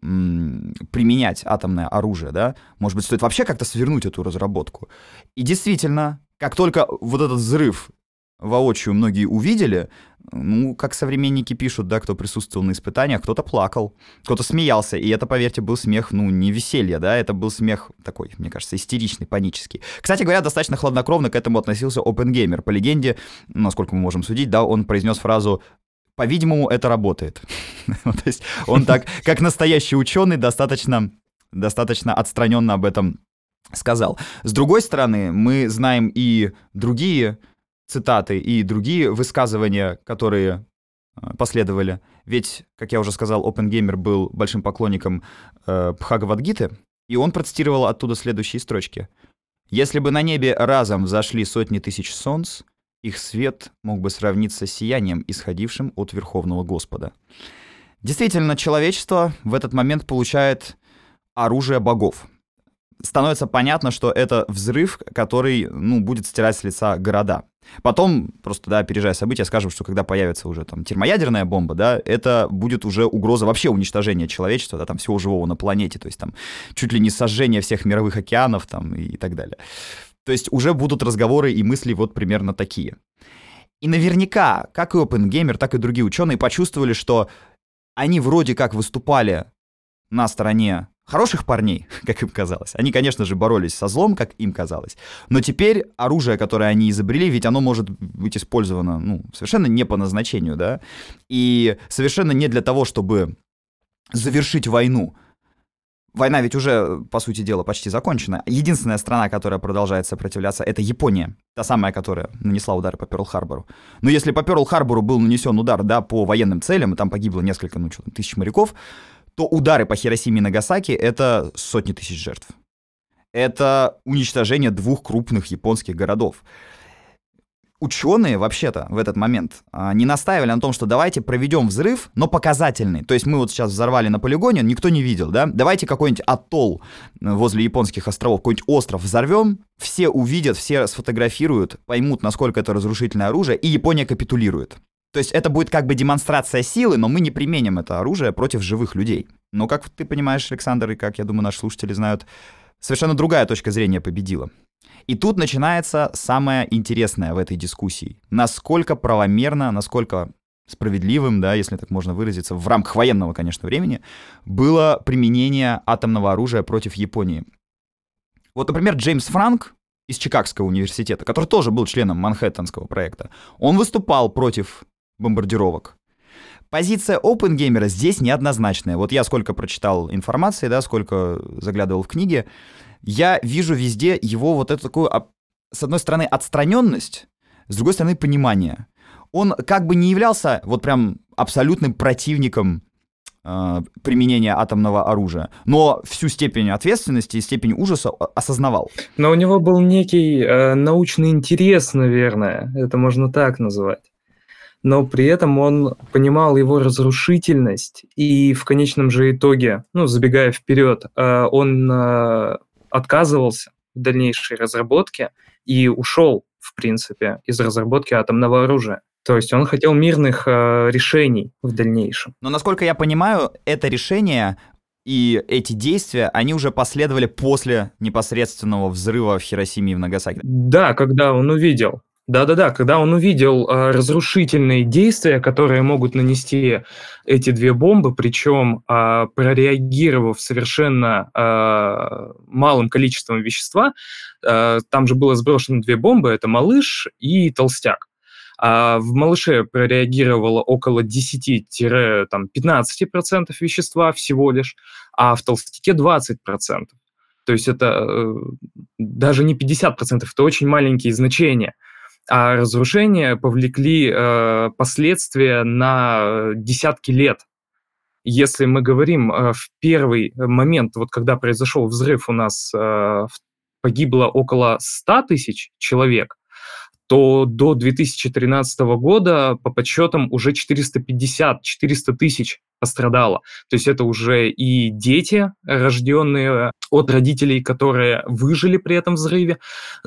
применять атомное оружие, да, может быть, стоит вообще как-то свернуть эту разработку. И действительно, как только вот этот взрыв воочию многие увидели, ну, как современники пишут, да, кто присутствовал на испытаниях, кто-то плакал, кто-то смеялся, и это, поверьте, был смех, ну, не веселье, да, это был смех такой, мне кажется, истеричный, панический. Кстати говоря, достаточно хладнокровно к этому относился Оппенгеймер. По легенде, насколько мы можем судить, да, он произнес фразу «по-видимому, это работает». То есть он так, как настоящий ученый, достаточно отстраненно об этом сказал. С другой стороны, мы знаем и другие цитаты и другие высказывания, которые последовали. Ведь, как я уже сказал, Оппенгеймер был большим поклонником Бхагавад-гиты, и он процитировал оттуда следующие строчки. «Если бы на небе разом взошли сотни тысяч солнц, их свет мог бы сравниться с сиянием, исходившим от Верховного Господа». Действительно, человечество в этот момент получает оружие богов. Становится понятно, что это взрыв, который, ну, будет стирать с лица города. Потом, просто, да, опережая события, скажем, что когда появится уже там термоядерная бомба, да, это будет уже угроза вообще уничтожения человечества, да, там всего живого на планете, то есть там чуть ли не сожжение всех мировых океанов там и так далее. То есть уже будут разговоры и мысли вот примерно такие. И наверняка, как и Оппенгеймер, так и другие ученые почувствовали, что они вроде как выступали на стороне хороших парней, как им казалось. Они, конечно же, боролись со злом, как им казалось. Но теперь оружие, которое они изобрели, ведь оно может быть использовано, ну, совершенно не по назначению, да, и совершенно не для того, чтобы завершить войну. Война ведь уже, по сути дела, почти закончена. Единственная страна, которая продолжает сопротивляться, это Япония. Та самая, которая нанесла удар по Пёрл-Харбору. Но если по Пёрл-Харбору был нанесен удар, да, по военным целям, и там погибло несколько, тысяч моряков, то удары по Хиросиме и Нагасаки — это сотни тысяч жертв. Это уничтожение 2 крупных японских городов. Ученые, вообще-то, в этот момент не настаивали на том, что давайте проведем взрыв, но показательный. То есть мы вот сейчас взорвали на полигоне, никто не видел, да? Давайте какой-нибудь атолл возле японских островов, какой-нибудь остров взорвем, все увидят, все сфотографируют, поймут, насколько это разрушительное оружие, и Япония капитулирует. То есть это будет как бы демонстрация силы, но мы не применим это оружие против живых людей. Но, как ты понимаешь, Александр, и как, я думаю, наши слушатели знают, совершенно другая точка зрения победила. И тут начинается самое интересное в этой дискуссии. Насколько правомерно, насколько справедливым, да, если так можно выразиться, в рамках военного, конечно, времени, было применение атомного оружия против Японии. Вот, например, Джеймс Франк из Чикагского университета, который тоже был членом Манхэттенского проекта, он выступал против бомбардировок. Позиция Оппенгеймера здесь неоднозначная. Вот я сколько прочитал информации, да, сколько заглядывал в книги, я вижу везде его вот эту такую, с одной стороны, отстраненность, с другой стороны, понимание. Он как бы не являлся вот прям абсолютным противником применения атомного оружия, но всю степень ответственности и степень ужаса осознавал. Но у него был некий научный интерес, наверное, это можно так назвать. Но при этом он понимал его разрушительность, и в конечном же итоге, забегая вперед, он отказывался в дальнейшей разработке и ушел, в принципе, из разработки атомного оружия. То есть он хотел мирных решений в дальнейшем. Но, насколько я понимаю, это решение и эти действия, они уже последовали после непосредственного взрыва в Хиросиме и в Нагасаки. Да, когда он увидел. Когда он увидел разрушительные действия, которые могут нанести эти 2 бомбы, причем прореагировав совершенно малым количеством вещества, там же было сброшено 2 бомбы, это малыш и толстяк. А в малыше прореагировало около 10-15% вещества всего лишь, а в толстяке 20%. То есть это даже не 50%, это очень маленькие значения. А разрушения повлекли последствия на десятки лет. Если мы говорим в первый момент, вот когда произошел взрыв, у нас погибло около 100 тысяч человек, то до 2013 года, по подсчетам, уже 450-400 тысяч пострадало. То есть это уже и дети, рожденные от родителей, которые выжили при этом взрыве,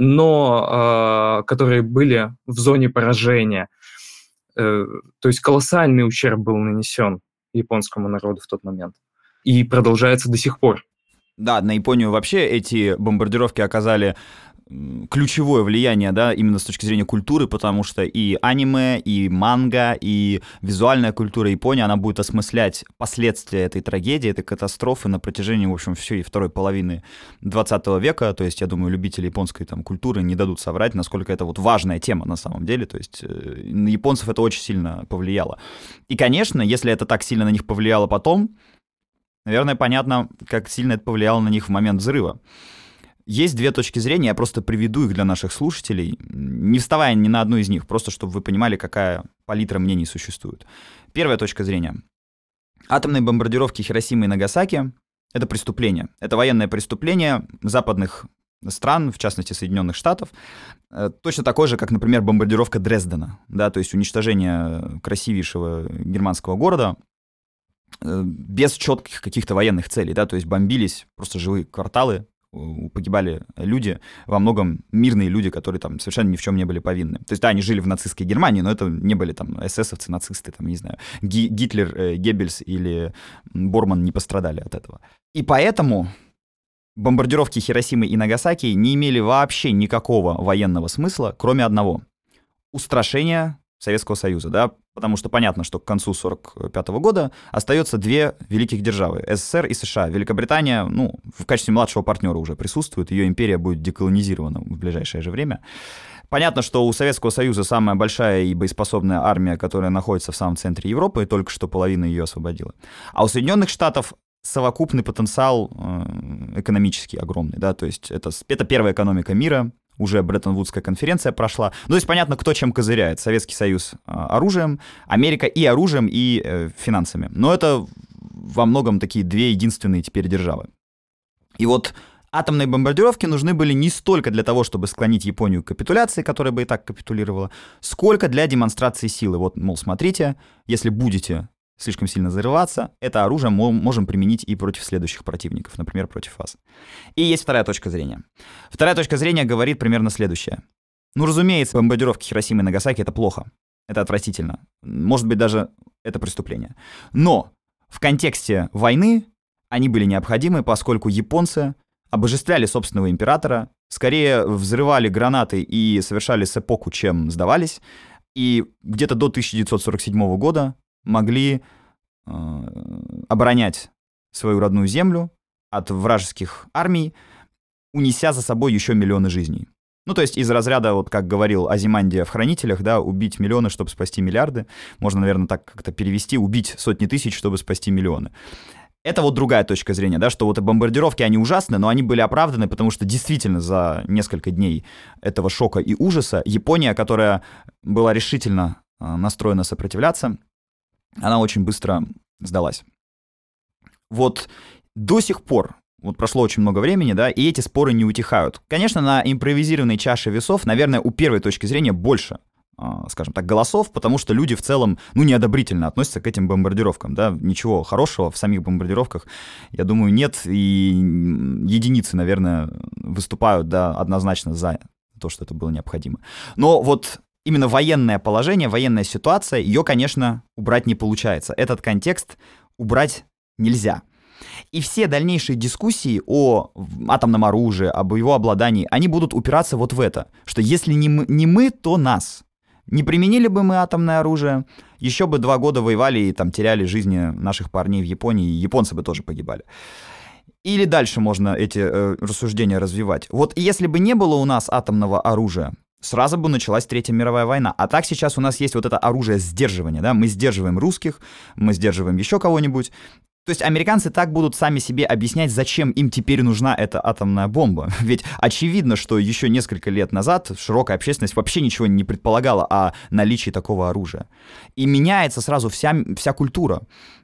но которые были в зоне поражения. То есть колоссальный ущерб был нанесен японскому народу в тот момент. И продолжается до сих пор. Да, на Японию вообще эти бомбардировки оказали ключевое влияние, да, именно с точки зрения культуры, потому что и аниме, и манга, и визуальная культура Японии, она будет осмыслять последствия этой трагедии, этой катастрофы на протяжении, в общем, всей второй половины 20 века. То есть, я думаю, любители японской там культуры не дадут соврать, насколько это вот важная тема на самом деле. То есть, на японцев это очень сильно повлияло. И, конечно, если это так сильно на них повлияло потом, наверное, понятно, как сильно это повлияло на них в момент взрыва. Есть 2 точки зрения, я просто приведу их для наших слушателей, не вставая ни на одну из них, просто чтобы вы понимали, какая палитра мнений существует. Первая точка зрения. Атомные бомбардировки Хиросимы и Нагасаки — это преступление. Это военное преступление западных стран, в частности Соединенных Штатов, точно такое же, как, например, бомбардировка Дрездена, да, то есть уничтожение красивейшего германского города без четких каких-то военных целей, да, то есть бомбились просто живые кварталы, погибали люди, во многом мирные люди, которые там совершенно ни в чем не были повинны. То есть, да, они жили в нацистской Германии, но это не были там эсэсовцы, нацисты, там, не знаю, Гитлер, Геббельс или Борман не пострадали от этого. И поэтому бомбардировки Хиросимы и Нагасаки не имели вообще никакого военного смысла, кроме одного — устрашения Советского Союза, да, потому что понятно, что к концу 1945 года остается 2 великих державы — СССР и США. Великобритания, в качестве младшего партнера уже присутствует, ее империя будет деколонизирована в ближайшее же время. Понятно, что у Советского Союза самая большая и боеспособная армия, которая находится в самом центре Европы, и только что половина ее освободила. А у Соединенных Штатов совокупный потенциал экономический огромный, да, то есть это первая экономика мира, уже Бреттон-Вудская конференция прошла. Ну, то есть понятно, кто чем козыряет. Советский Союз оружием, Америка и оружием, и финансами. Но это во многом такие две единственные теперь державы. И вот атомные бомбардировки нужны были не столько для того, чтобы склонить Японию к капитуляции, которая бы и так капитулировала, сколько для демонстрации силы. Вот, мол, смотрите, если будете слишком сильно зарываться, это оружие мы можем применить и против следующих противников, например, против вас. И есть вторая точка зрения. Вторая точка зрения говорит примерно следующее. Ну, разумеется, бомбардировки Хиросимы и Нагасаки — это плохо, это отвратительно, может быть, даже это преступление. Но в контексте войны они были необходимы, поскольку японцы обожествляли собственного императора, скорее взрывали гранаты и совершали сэпоку, чем сдавались, и где-то до 1947 года могли оборонять свою родную землю от вражеских армий, унеся за собой еще миллионы жизней. Ну, то есть из разряда, вот как говорил Азимандия в «Хранителях», да, убить миллионы, чтобы спасти миллиарды. Можно, наверное, так как-то перевести: убить сотни тысяч, чтобы спасти миллионы. Это вот другая точка зрения, да, что вот бомбардировки, они ужасны, но они были оправданы, потому что действительно за несколько дней этого шока и ужаса Япония, которая была решительно настроена сопротивляться, она очень быстро сдалась. Вот до сих пор, вот прошло очень много времени, да, и эти споры не утихают. Конечно, на импровизированной чаше весов, наверное, у первой точки зрения больше, скажем так, голосов, потому что люди в целом, ну, неодобрительно относятся к этим бомбардировкам, да, ничего хорошего в самих бомбардировках, я думаю, нет, и единицы, наверное, выступают, да, однозначно за то, что это было необходимо. Но вот именно военное положение, военная ситуация, ее, конечно, убрать не получается. Этот контекст убрать нельзя. И все дальнейшие дискуссии о атомном оружии, об его обладании, они будут упираться вот в это, что если не мы, то нас. Не применили бы мы атомное оружие, еще бы 2 года воевали и там теряли жизни наших парней в Японии, и японцы бы тоже погибали. Или дальше можно эти рассуждения развивать. Вот если бы не было у нас атомного оружия, сразу бы началась Третья мировая война. А так сейчас у нас есть вот это оружие сдерживания, да, мы сдерживаем русских, мы сдерживаем еще кого-нибудь. То есть американцы так будут сами себе объяснять, зачем им теперь нужна эта атомная бомба. Ведь очевидно, что еще несколько лет назад широкая общественность вообще ничего не предполагала о наличии такого оружия. И меняется сразу вся культура,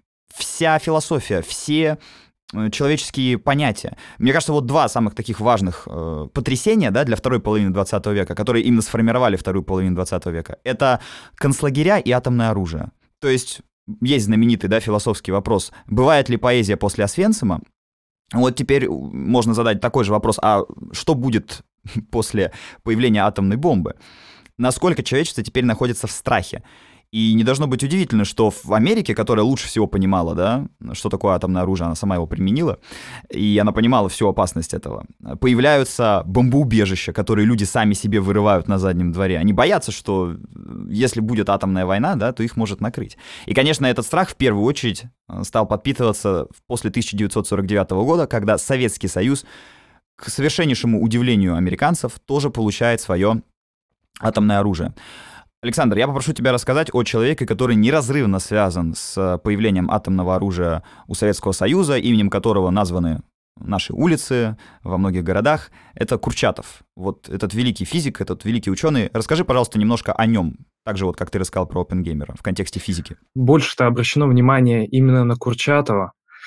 вся философия, все человеческие понятия. Мне кажется, вот 2 самых таких важных потрясения, да, для второй половины 20 века, которые именно сформировали вторую половину 20 века, это концлагеря и атомное оружие. То есть знаменитый, да, философский вопрос: бывает ли поэзия после Освенцима? Вот теперь можно задать такой же вопрос: а что будет после появления атомной бомбы? Насколько человечество теперь находится в страхе? И не должно быть удивительно, что в Америке, которая лучше всего понимала, да, что такое атомное оружие, она сама его применила, и она понимала всю опасность этого, появляются бомбоубежища, которые люди сами себе вырывают на заднем дворе. Они боятся, что если будет атомная война, да, то их может накрыть. И, конечно, этот страх в первую очередь стал подпитываться после 1949 года, когда Советский Союз, к совершеннейшему удивлению американцев, тоже получает свое атомное оружие. Александр, я попрошу тебя рассказать о человеке, который неразрывно связан с появлением атомного оружия у Советского Союза, именем которого названы наши улицы во многих городах. Это Курчатов. Вот этот великий физик, этот великий ученый. Расскажи, пожалуйста, немножко о нем, так же вот, как ты рассказал про Оппенгеймера в контексте физики. Больше-то обращено внимание именно на Курчатова,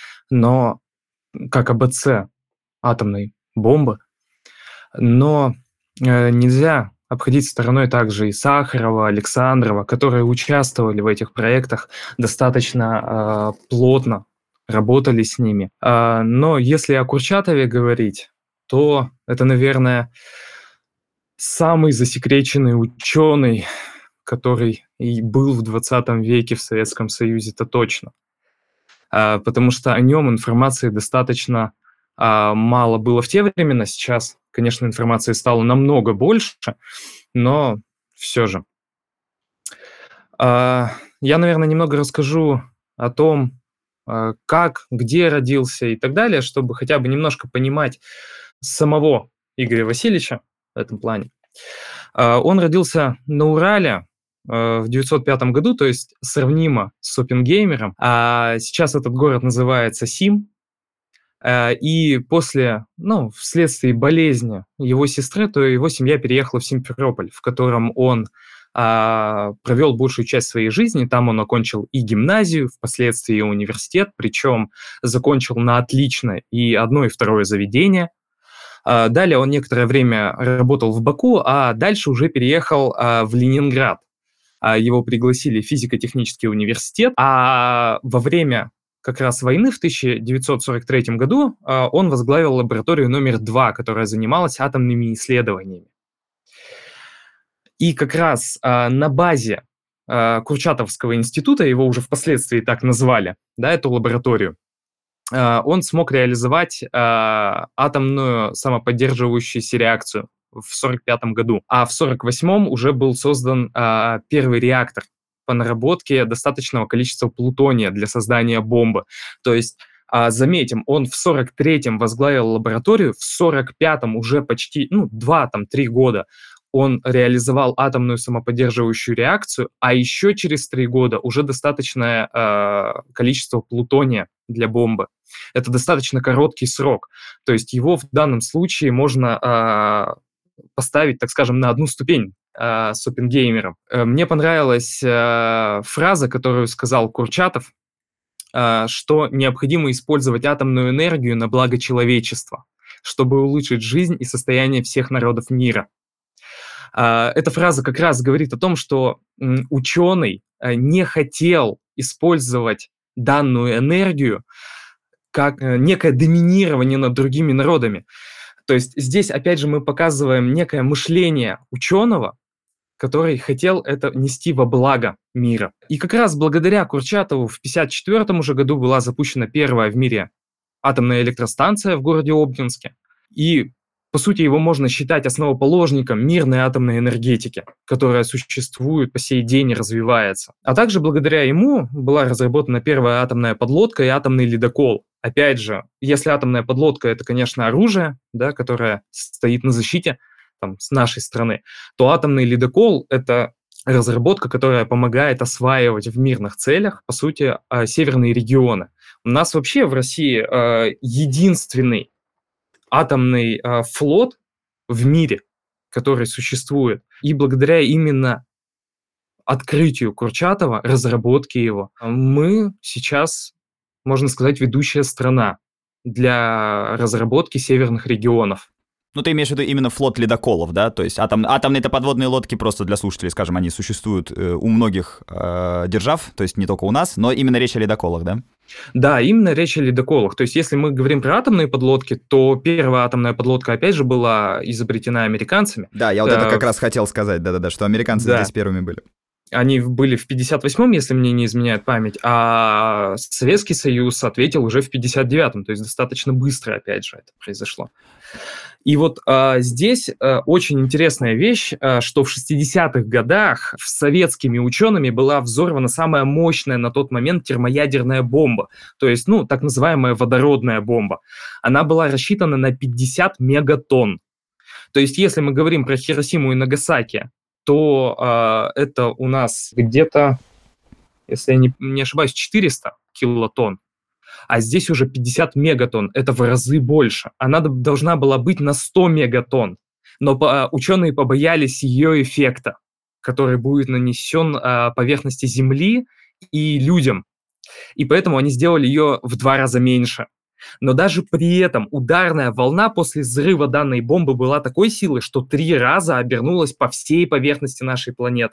но как АБЦ атомной бомбы. Но нельзя обходить стороной также и Сахарова, Александрова, которые участвовали в этих проектах достаточно плотно, работали с ними. Но если о Курчатове говорить, то это, наверное, самый засекреченный ученый, который и был в 20 веке в Советском Союзе, это точно. Потому что о нем информации достаточно мало было в те времена. Сейчас, конечно, информации стало намного больше, но все же. Я, наверное, немного расскажу о том, как, где родился и так далее, чтобы хотя бы немножко понимать самого Игоря Васильевича в этом плане. Он родился на Урале в 1905 году, то есть сравнимо с Оппенгеймером. Сейчас этот город называется Сим. И вследствие болезни его сестры, то его семья переехала в Симферополь, в котором он провел большую часть своей жизни. Там он окончил и гимназию, впоследствии и университет, причем закончил на отлично и одно, и второе заведение. Далее он некоторое время работал в Баку, а дальше уже переехал в Ленинград. Его пригласили в физико-технический университет, а во время как раз войны в 1943 году он возглавил лабораторию номер 2, которая занималась атомными исследованиями. И как раз на базе Курчатовского института, его уже впоследствии так назвали, да, эту лабораторию, он смог реализовать атомную самоподдерживающуюся реакцию в 1945 году. А в 1948 уже был создан первый реактор по наработке достаточного количества плутония для создания бомбы. То есть, заметим, он в 1943-м возглавил лабораторию, в 1945-м уже почти 2-3 года он реализовал атомную самоподдерживающую реакцию, а еще через 3 года уже достаточное количество плутония для бомбы. Это достаточно короткий срок. То есть его в данном случае можно поставить, так скажем, на одну ступень с Оппенгеймером. Мне понравилась фраза, которую сказал Курчатов, что необходимо использовать атомную энергию на благо человечества, чтобы улучшить жизнь и состояние всех народов мира. Эта фраза как раз говорит о том, что ученый не хотел использовать данную энергию как некое доминирование над другими народами. То есть здесь, опять же, мы показываем некое мышление ученого, который хотел это нести во благо мира. И как раз благодаря Курчатову в 1954 уже году была запущена первая в мире атомная электростанция в городе Обнинске. И по сути, его можно считать основоположником мирной атомной энергетики, которая существует по сей день и развивается. А также благодаря ему была разработана первая атомная подлодка и атомный ледокол. Опять же, если атомная подлодка – это, конечно, оружие, да, которое стоит на защите с нашей страны, то атомный ледокол – это разработка, которая помогает осваивать в мирных целях, по сути, северные регионы. У нас вообще в России единственный атомный флот в мире, который существует. И благодаря именно открытию Курчатова, разработке его, мы сейчас, можно сказать, ведущая страна для разработки северных регионов. Ну, ты имеешь в виду именно флот ледоколов, да? То есть атомные-то подводные лодки, просто для слушателей, скажем, они существуют у многих держав, то есть не только у нас, но именно речь о ледоколах, да? Да, именно речь о ледоколах. То есть если мы говорим про атомные подлодки, то первая атомная подлодка, опять же, была изобретена американцами. Да, я вот это как раз хотел сказать, да-да-да, что американцы здесь первыми были. Они были в 1958-м, если мне не изменяет память, а Советский Союз ответил уже в 1959-м, то есть достаточно быстро, опять же, это произошло. И вот здесь очень интересная вещь, что в 60-х годах советскими учеными была взорвана самая мощная на тот момент термоядерная бомба, то есть, так называемая водородная бомба. Она была рассчитана на 50 мегатонн. То есть, если мы говорим про Хиросиму и Нагасаки, то это у нас где-то, если я не ошибаюсь, 400 килотонн. А здесь уже 50 мегатонн. Это в разы больше. Она должна была быть на 100 мегатонн. Но ученые побоялись ее эффекта, который будет нанесен поверхности Земли и людям. И поэтому они сделали ее в 2 раза меньше. Но даже при этом ударная волна после взрыва данной бомбы была такой силы, что 3 раза обернулась по всей поверхности нашей планеты.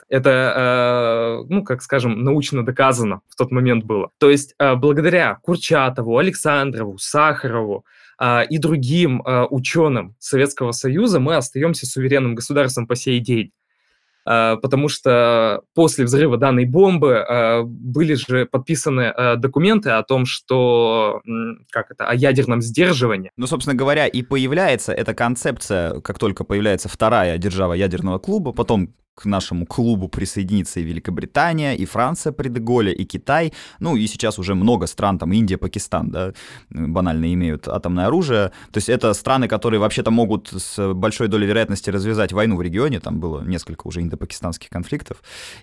Это, научно доказано в тот момент было. То есть благодаря Курчатову, Александрову, Сахарову и другим ученым Советского Союза мы остаемся суверенным государством по сей день. Потому что после взрыва данной бомбы были же подписаны документы о том, что о ядерном сдерживании. Ну, собственно говоря, и появляется эта концепция, как только появляется вторая держава ядерного клуба, потом к нашему клубу присоединится и Великобритания, и Франция при де Голле, и Китай. Ну, и сейчас уже много стран, там Индия, Пакистан, да, банально имеют атомное оружие. То есть это страны, которые вообще-то могут с большой долей вероятности развязать войну в регионе. Там было несколько уже индо-пакистанских конфликтов.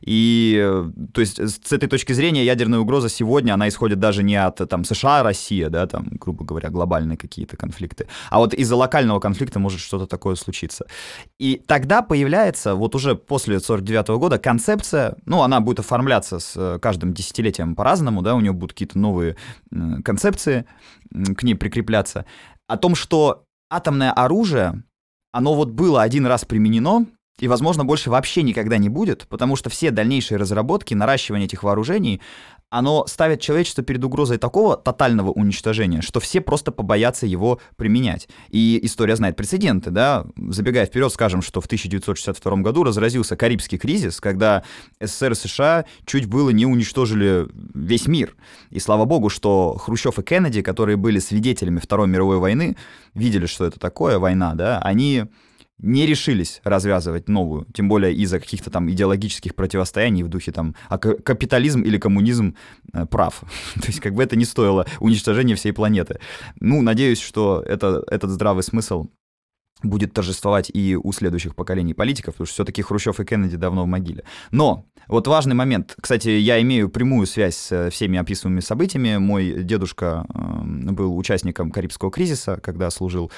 И, то есть, с этой точки зрения, ядерная угроза сегодня, она исходит даже не от там, США, Россия, да, там, грубо говоря, глобальные какие-то конфликты, а вот из-за локального конфликта может что-то такое случиться. И тогда появляется, вот уже после 1949 года концепция, ну, она будет оформляться с каждым десятилетием по-разному, да, у нее будут какие-то новые концепции к ней прикрепляться, о том, что атомное оружие, оно вот было один раз применено, и, возможно, больше вообще никогда не будет, потому что все дальнейшие разработки, наращивание этих вооружений, оно ставит человечество перед угрозой такого тотального уничтожения, что все просто побоятся его применять. И история знает прецеденты, да. Забегая вперед, скажем, что в 1962 году разразился Карибский кризис, когда СССР и США чуть было не уничтожили весь мир. И слава богу, что Хрущев и Кеннеди, которые были свидетелями Второй мировой войны, видели, что это такое война, да, они не решились развязывать новую, тем более из-за каких-то там идеологических противостояний в духе там, а капитализм или коммунизм прав. То есть как бы это не стоило уничтожения всей планеты. Ну, надеюсь, что этот здравый смысл будет торжествовать и у следующих поколений политиков, потому что все-таки Хрущев и Кеннеди давно в могиле. Но вот важный момент. Кстати, я имею прямую связь с всеми описываемыми событиями. Мой дедушка был участником Карибского кризиса, когда служил,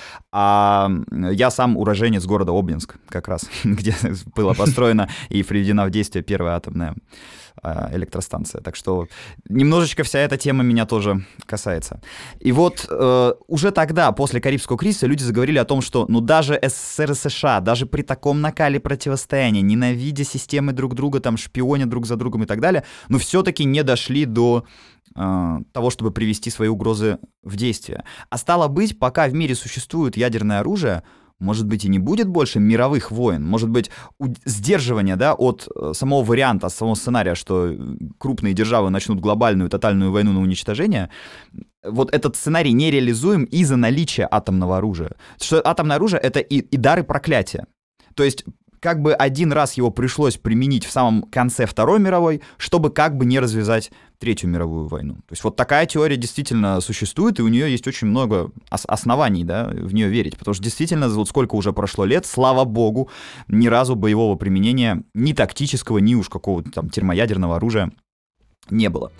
а я сам уроженец города Обнинск, как раз, где была построена и приведена в действие первая атомная электростанция. Так что немножечко вся эта тема меня тоже касается. И вот уже тогда, после Карибского кризиса, люди заговорили о том, что ну даже СССР и США, даже при таком накале противостояния, ненавидя системы друг друга, там шпионя друг за другом и так далее, но все-таки не дошли до того, чтобы привести свои угрозы в действие. А стало быть, пока в мире существует ядерное оружие, может быть, и не будет больше мировых войн, может быть, сдерживание, да, от самого варианта, от самого сценария, что крупные державы начнут глобальную тотальную войну на уничтожение, вот этот сценарий нереализуем из-за наличия атомного оружия. Что атомное оружие — это и дар, и проклятие. То есть как бы один раз его пришлось применить в самом конце Второй мировой, чтобы как бы не развязать Третью мировую войну. То есть вот такая теория действительно существует, и у нее есть очень много оснований, да, в нее верить. Потому что действительно, вот сколько уже прошло лет, слава богу, ни разу боевого применения ни тактического, ни уж какого-то там термоядерного оружия не было.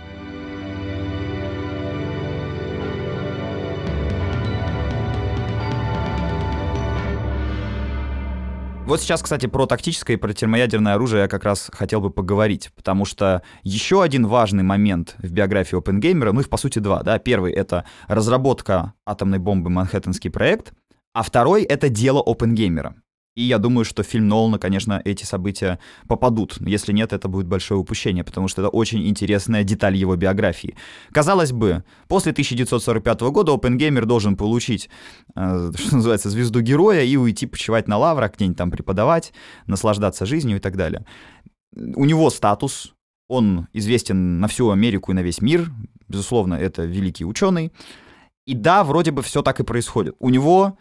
Вот сейчас, кстати, про тактическое и про термоядерное оружие я как раз хотел бы поговорить, потому что еще один важный момент в биографии Оппенгеймера, ну их по сути два, да, первый — это разработка атомной бомбы «Манхэттенский проект», а второй — это дело Оппенгеймера. И я думаю, что в фильм Нолана, конечно, эти события попадут. Если нет, это будет большое упущение, потому что это очень интересная деталь его биографии. Казалось бы, после 1945 года Оппенгеймер должен получить, что называется, звезду героя и уйти почивать на лаврах, где-нибудь там преподавать, наслаждаться жизнью и так далее. У него статус, он известен на всю Америку и на весь мир. Безусловно, это великий ученый. И да, вроде бы все так и происходит. У него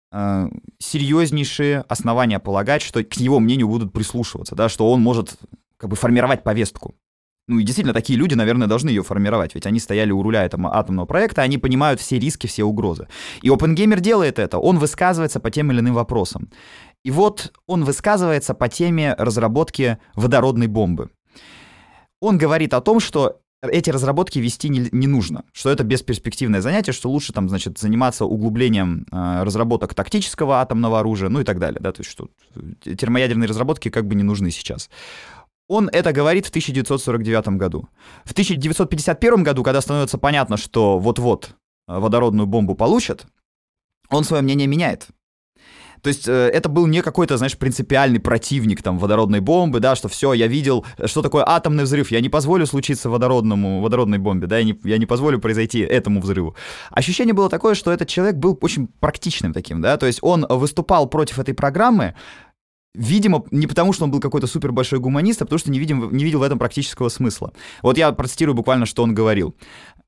серьезнейшие основания полагать, что к его мнению будут прислушиваться, да, что он может как бы формировать повестку. Ну и действительно, такие люди, наверное, должны ее формировать, ведь они стояли у руля этого атомного проекта, они понимают все риски, все угрозы. И Оппенгеймер делает это, он высказывается по тем или иным вопросам. И вот он высказывается по теме разработки водородной бомбы. Он говорит о том, что эти разработки вести не нужно, что это бесперспективное занятие, что лучше там, значит, заниматься углублением разработок тактического атомного оружия, ну и так далее, да, то есть что термоядерные разработки как бы не нужны сейчас. Он это говорит в 1949 году. В 1951 году, когда становится понятно, что вот-вот водородную бомбу получат, он свое мнение меняет. То есть это был не какой-то, знаешь, принципиальный противник там водородной бомбы, да, что все, я видел, что такое атомный взрыв, я не позволю случиться водородной бомбе, да, я не позволю произойти этому взрыву. Ощущение было такое, что этот человек был очень практичным таким, да, то есть он выступал против этой программы, видимо, не потому, что он был какой-то супер большой гуманист, а потому что не видел в этом практического смысла. Вот я процитирую буквально, что он говорил.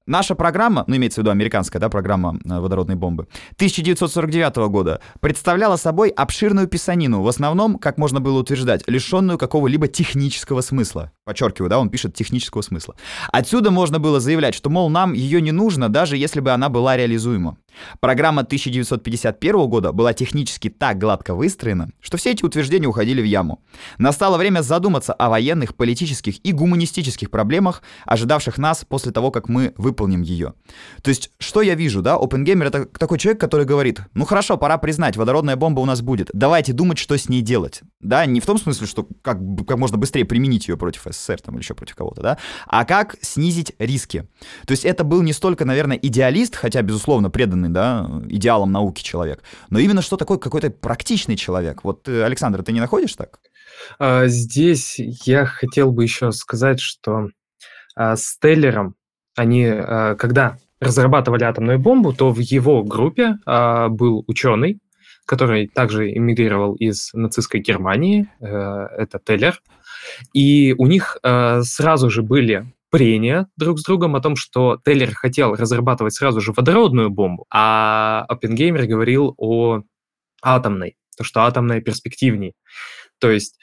Наша программа, ну, имеется в виду американская, да, программа водородной бомбы, 1949 года представляла собой обширную писанину, в основном, как можно было утверждать, лишенную какого-либо технического смысла. Подчеркиваю, да, он пишет технического смысла. Отсюда можно было заявлять, что, мол, нам ее не нужно, даже если бы она была реализуема. Программа 1951 года была технически так гладко выстроена, что все эти утверждения уходили в яму. Настало время задуматься о военных, политических и гуманистических проблемах, ожидавших нас после того, как мы выполним ее. То есть, что я вижу, да, OpenGamer — это такой человек, который говорит: ну хорошо, пора признать, водородная бомба у нас будет, давайте думать, что с ней делать. Да, не в том смысле, что как можно быстрее применить ее против СССР там, или еще против кого-то, да, а как снизить риски. То есть это был не столько, наверное, идеалист, хотя, безусловно, преданный, да, идеалам науки человек, но именно что такое какой-то практичный человек. Вот, Александр, ты не находишь так? Здесь я хотел бы еще сказать, что с Теллером они, когда разрабатывали атомную бомбу, то в его группе был ученый, который также эмигрировал из нацистской Германии, это Теллер, и у них сразу же были прения друг с другом о том, что Теллер хотел разрабатывать сразу же водородную бомбу, а Оппенгеймер говорил о атомной, то, что атомная перспективней. То есть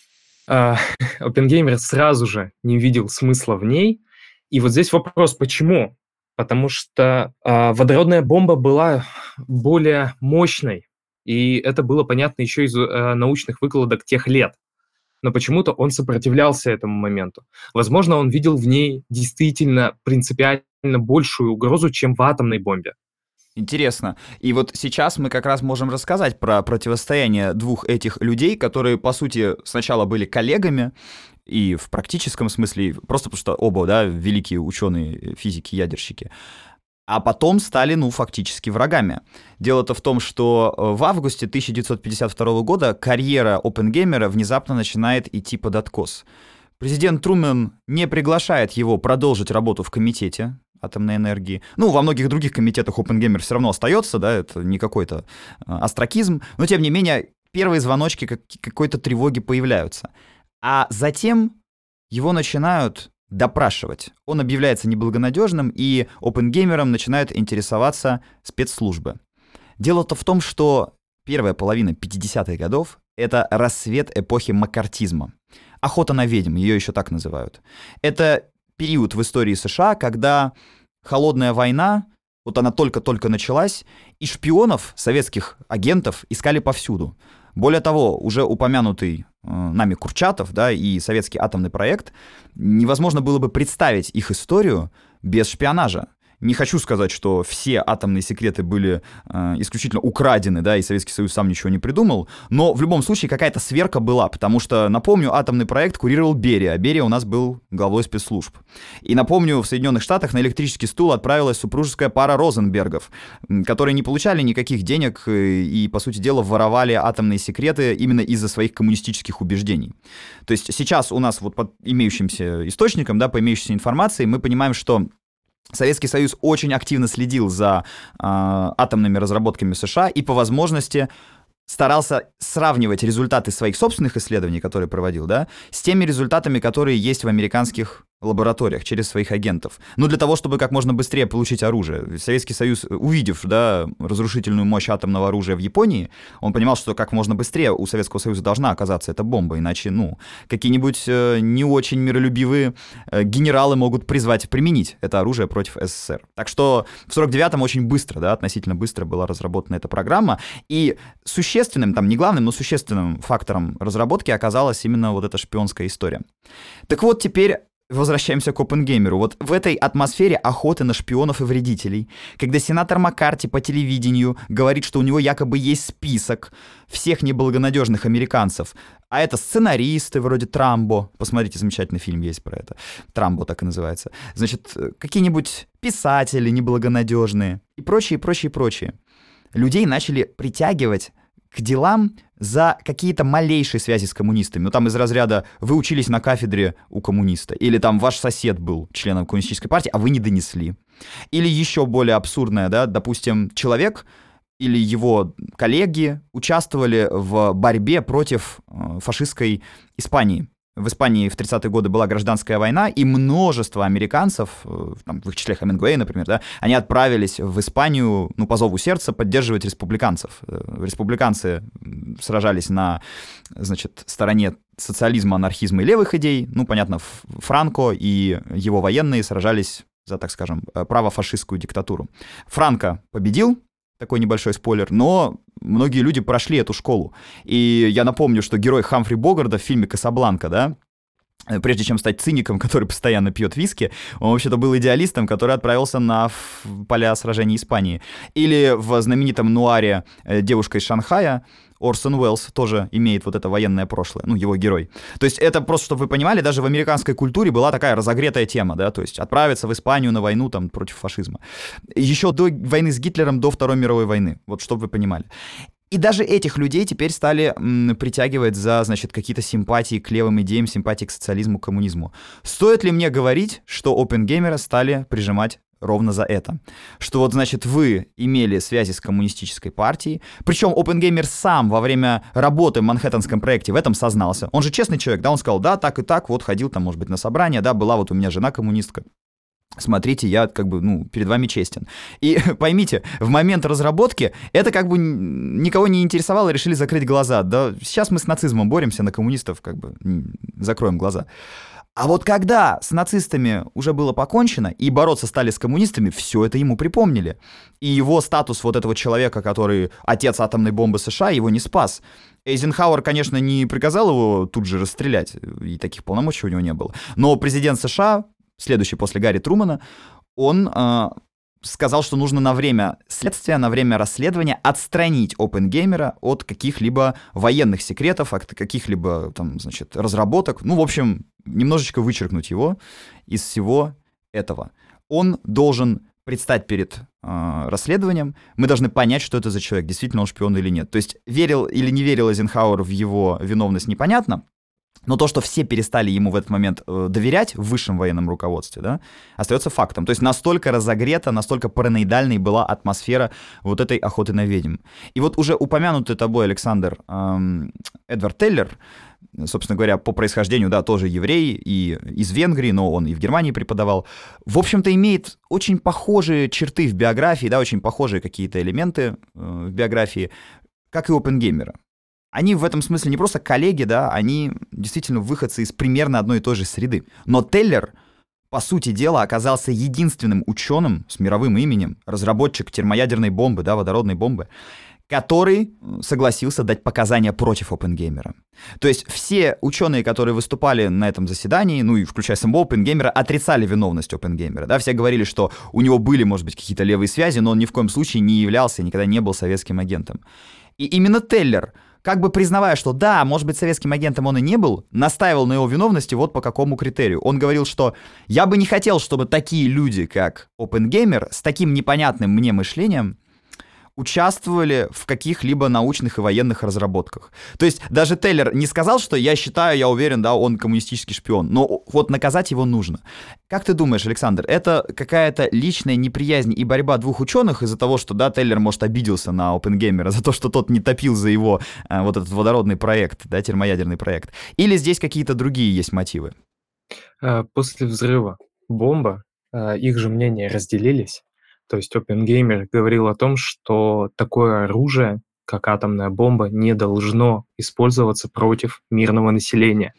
Оппенгеймер сразу же не видел смысла в ней. И вот здесь вопрос, почему? Потому что водородная бомба была более мощной, и это было понятно еще из научных выкладок тех лет. Но почему-то он сопротивлялся этому моменту. Возможно, он видел в ней действительно принципиально большую угрозу, чем в атомной бомбе. Интересно. И вот сейчас мы как раз можем рассказать про противостояние двух этих людей, которые, по сути, сначала были коллегами, и в практическом смысле, просто потому что оба, да, великие ученые, физики, ядерщики, а потом стали, ну, фактически врагами. Дело-то в том, что в августе 1952 года карьера Оппенгеймера внезапно начинает идти под откос. Президент Трумэн не приглашает его продолжить работу в комитете атомной энергии. Ну, во многих других комитетах Оппенгеймер все равно остается, да, это не какой-то остракизм, но, тем не менее, первые звоночки какой-то тревоги появляются. А затем его начинают допрашивать. Он объявляется неблагонадежным, и Оппенгеймером начинают интересоваться спецслужбы. Дело-то в том, что первая половина 50-х годов — это рассвет эпохи маккартизма. Охота на ведьм, ее еще так называют. Это период в истории США, когда холодная война, вот она только-только началась, и шпионов, советских агентов, искали повсюду. Более того, уже упомянутый нами Курчатов, да, и советский атомный проект, невозможно было бы представить их историю без шпионажа. Не хочу сказать, что все атомные секреты были исключительно украдены, да, и Советский Союз сам ничего не придумал, но в любом случае какая-то сверка была, потому что, напомню, атомный проект курировал Берия, а Берия у нас был главой спецслужб. И напомню, в Соединенных Штатах на электрический стул отправилась супружеская пара Розенбергов, которые не получали никаких денег и, по сути дела, воровали атомные секреты именно из-за своих коммунистических убеждений. То есть сейчас у нас вот по имеющимся источникам, да, по имеющейся информации, мы понимаем, что Советский Союз очень активно следил за атомными разработками США и по возможности старался сравнивать результаты своих собственных исследований, которые проводил, да, с теми результатами, которые есть в американских лабораториях через своих агентов. Ну, для того, чтобы как можно быстрее получить оружие. Советский Союз, увидев, да, разрушительную мощь атомного оружия в Японии, он понимал, что как можно быстрее у Советского Союза должна оказаться эта бомба, иначе, ну, какие-нибудь не очень миролюбивые генералы могут призвать применить это оружие против СССР. Так что в 49-м очень быстро, да, относительно быстро была разработана эта программа, и существенным, там не главным, но существенным фактором разработки оказалась именно вот эта шпионская история. Так вот, теперь возвращаемся к Оппенгеймеру. Вот в этой атмосфере охоты на шпионов и вредителей, когда сенатор Маккарти по телевидению говорит, что у него якобы есть список всех неблагонадежных американцев, а это сценаристы вроде Трамбо, посмотрите, замечательный фильм есть про это, Трамбо так и называется, значит, какие-нибудь писатели неблагонадежные и прочее, прочее, прочее. Людей начали притягивать к делам за какие-то малейшие связи с коммунистами. Ну, там из разряда «вы учились на кафедре у коммуниста», или там «ваш сосед был членом коммунистической партии, а вы не донесли». Или еще более абсурдное, да, допустим, человек или его коллеги участвовали в борьбе против фашистской Испании в Испании в 30-е годы была гражданская война, и множество американцев, там, в их числе Хемингуэй, например, да, они отправились в Испанию, ну, по зову сердца, поддерживать республиканцев. Республиканцы сражались на, значит, стороне социализма, анархизма и левых идей. Ну, понятно, Франко и его военные сражались за, так скажем, правофашистскую диктатуру. Франко победил, такой небольшой спойлер, но многие люди прошли эту школу. И я напомню, что герой Хамфри Богарта в фильме «Касабланка», да, прежде чем стать циником, который постоянно пьет виски, он вообще-то был идеалистом, который отправился на поля сражений Испании. Или в знаменитом нуаре «Девушка из Шанхая» Орсон Уэллс тоже имеет вот это военное прошлое, ну, его герой. То есть это просто, чтобы вы понимали, даже в американской культуре была такая разогретая тема, да, то есть отправиться в Испанию на войну там против фашизма. Еще до войны с Гитлером, до Второй мировой войны, вот чтобы вы понимали. И даже этих людей теперь стали притягивать за, значит, какие-то симпатии к левым идеям, симпатии к социализму, к коммунизму. Стоит ли мне говорить, что опенгеймера стали прижимать ровно за это? Что вот, значит, вы имели связи с коммунистической партией, причем опенгеймер сам во время работы в Манхэттенском проекте в этом сознался. Он же честный человек, да, он сказал, да, так и так, вот ходил там, может быть, на собрание, да, была вот у меня жена коммунистка. Смотрите, я как бы, ну, перед вами честен. И поймите, в момент разработки это как бы никого не интересовало, решили закрыть глаза. Да, сейчас мы с нацизмом боремся, на коммунистов как бы закроем глаза. А вот когда с нацистами уже было покончено, и бороться стали с коммунистами, все это ему припомнили. И его статус вот этого человека, который отец атомной бомбы США, его не спас. Эйзенхауэр, конечно, не приказал его тут же расстрелять, и таких полномочий у него не было. Но президент США, следующий после Гарри Трумана, он сказал, что нужно на время следствия, на время расследования отстранить опенгеймера от каких-либо военных секретов, от каких-либо там, значит, разработок. Ну, в общем, немножечко вычеркнуть его из всего этого. Он должен предстать перед расследованием, мы должны понять, что это за человек, действительно он шпион или нет. То есть верил или не верил Эйзенхауэр в его виновность, непонятно. Но то, что все перестали ему в этот момент доверять в высшем военном руководстве, да, остается фактом. То есть настолько разогрета, настолько параноидальной была атмосфера вот этой охоты на ведьм. И вот уже упомянутый тобой, Александр, Эдвард Теллер, собственно говоря, по происхождению, да, тоже еврей и из Венгрии, но он и в Германии преподавал, в общем-то, имеет очень похожие черты в биографии, да, очень похожие какие-то элементы в биографии, как и опенгеймера. Они в этом смысле не просто коллеги, да, они действительно выходцы из примерно одной и той же среды. Но Теллер, по сути дела, оказался единственным ученым с мировым именем, разработчик термоядерной бомбы, да, водородной бомбы, который согласился дать показания против опенгеймера. То есть все ученые, которые выступали на этом заседании, ну и включая самого опенгеймера, отрицали виновность опенгеймера. Да? Все говорили, что у него были, может быть, какие-то левые связи, но он ни в коем случае не являлся, никогда не был советским агентом. И именно Теллер, как бы признавая, что да, может быть, советским агентом он и не был, настаивал на его виновности вот по какому критерию. Он говорил, что я бы не хотел, чтобы такие люди, как опенгеймер, с таким непонятным мне мышлением, участвовали в каких-либо научных и военных разработках. То есть даже Теллер не сказал, что я считаю, я уверен, да, он коммунистический шпион, но вот наказать его нужно. Как ты думаешь, Александр, это какая-то личная неприязнь и борьба двух ученых из-за того, что, да, Теллер, может, обиделся на опенгеймера за то, что тот не топил за его вот этот водородный проект, да, термоядерный проект? Или здесь какие-то другие есть мотивы? После взрыва бомбы их же мнения разделились. То есть опенгеймер говорил о том, что такое оружие, как атомная бомба, не должно использоваться против мирного населения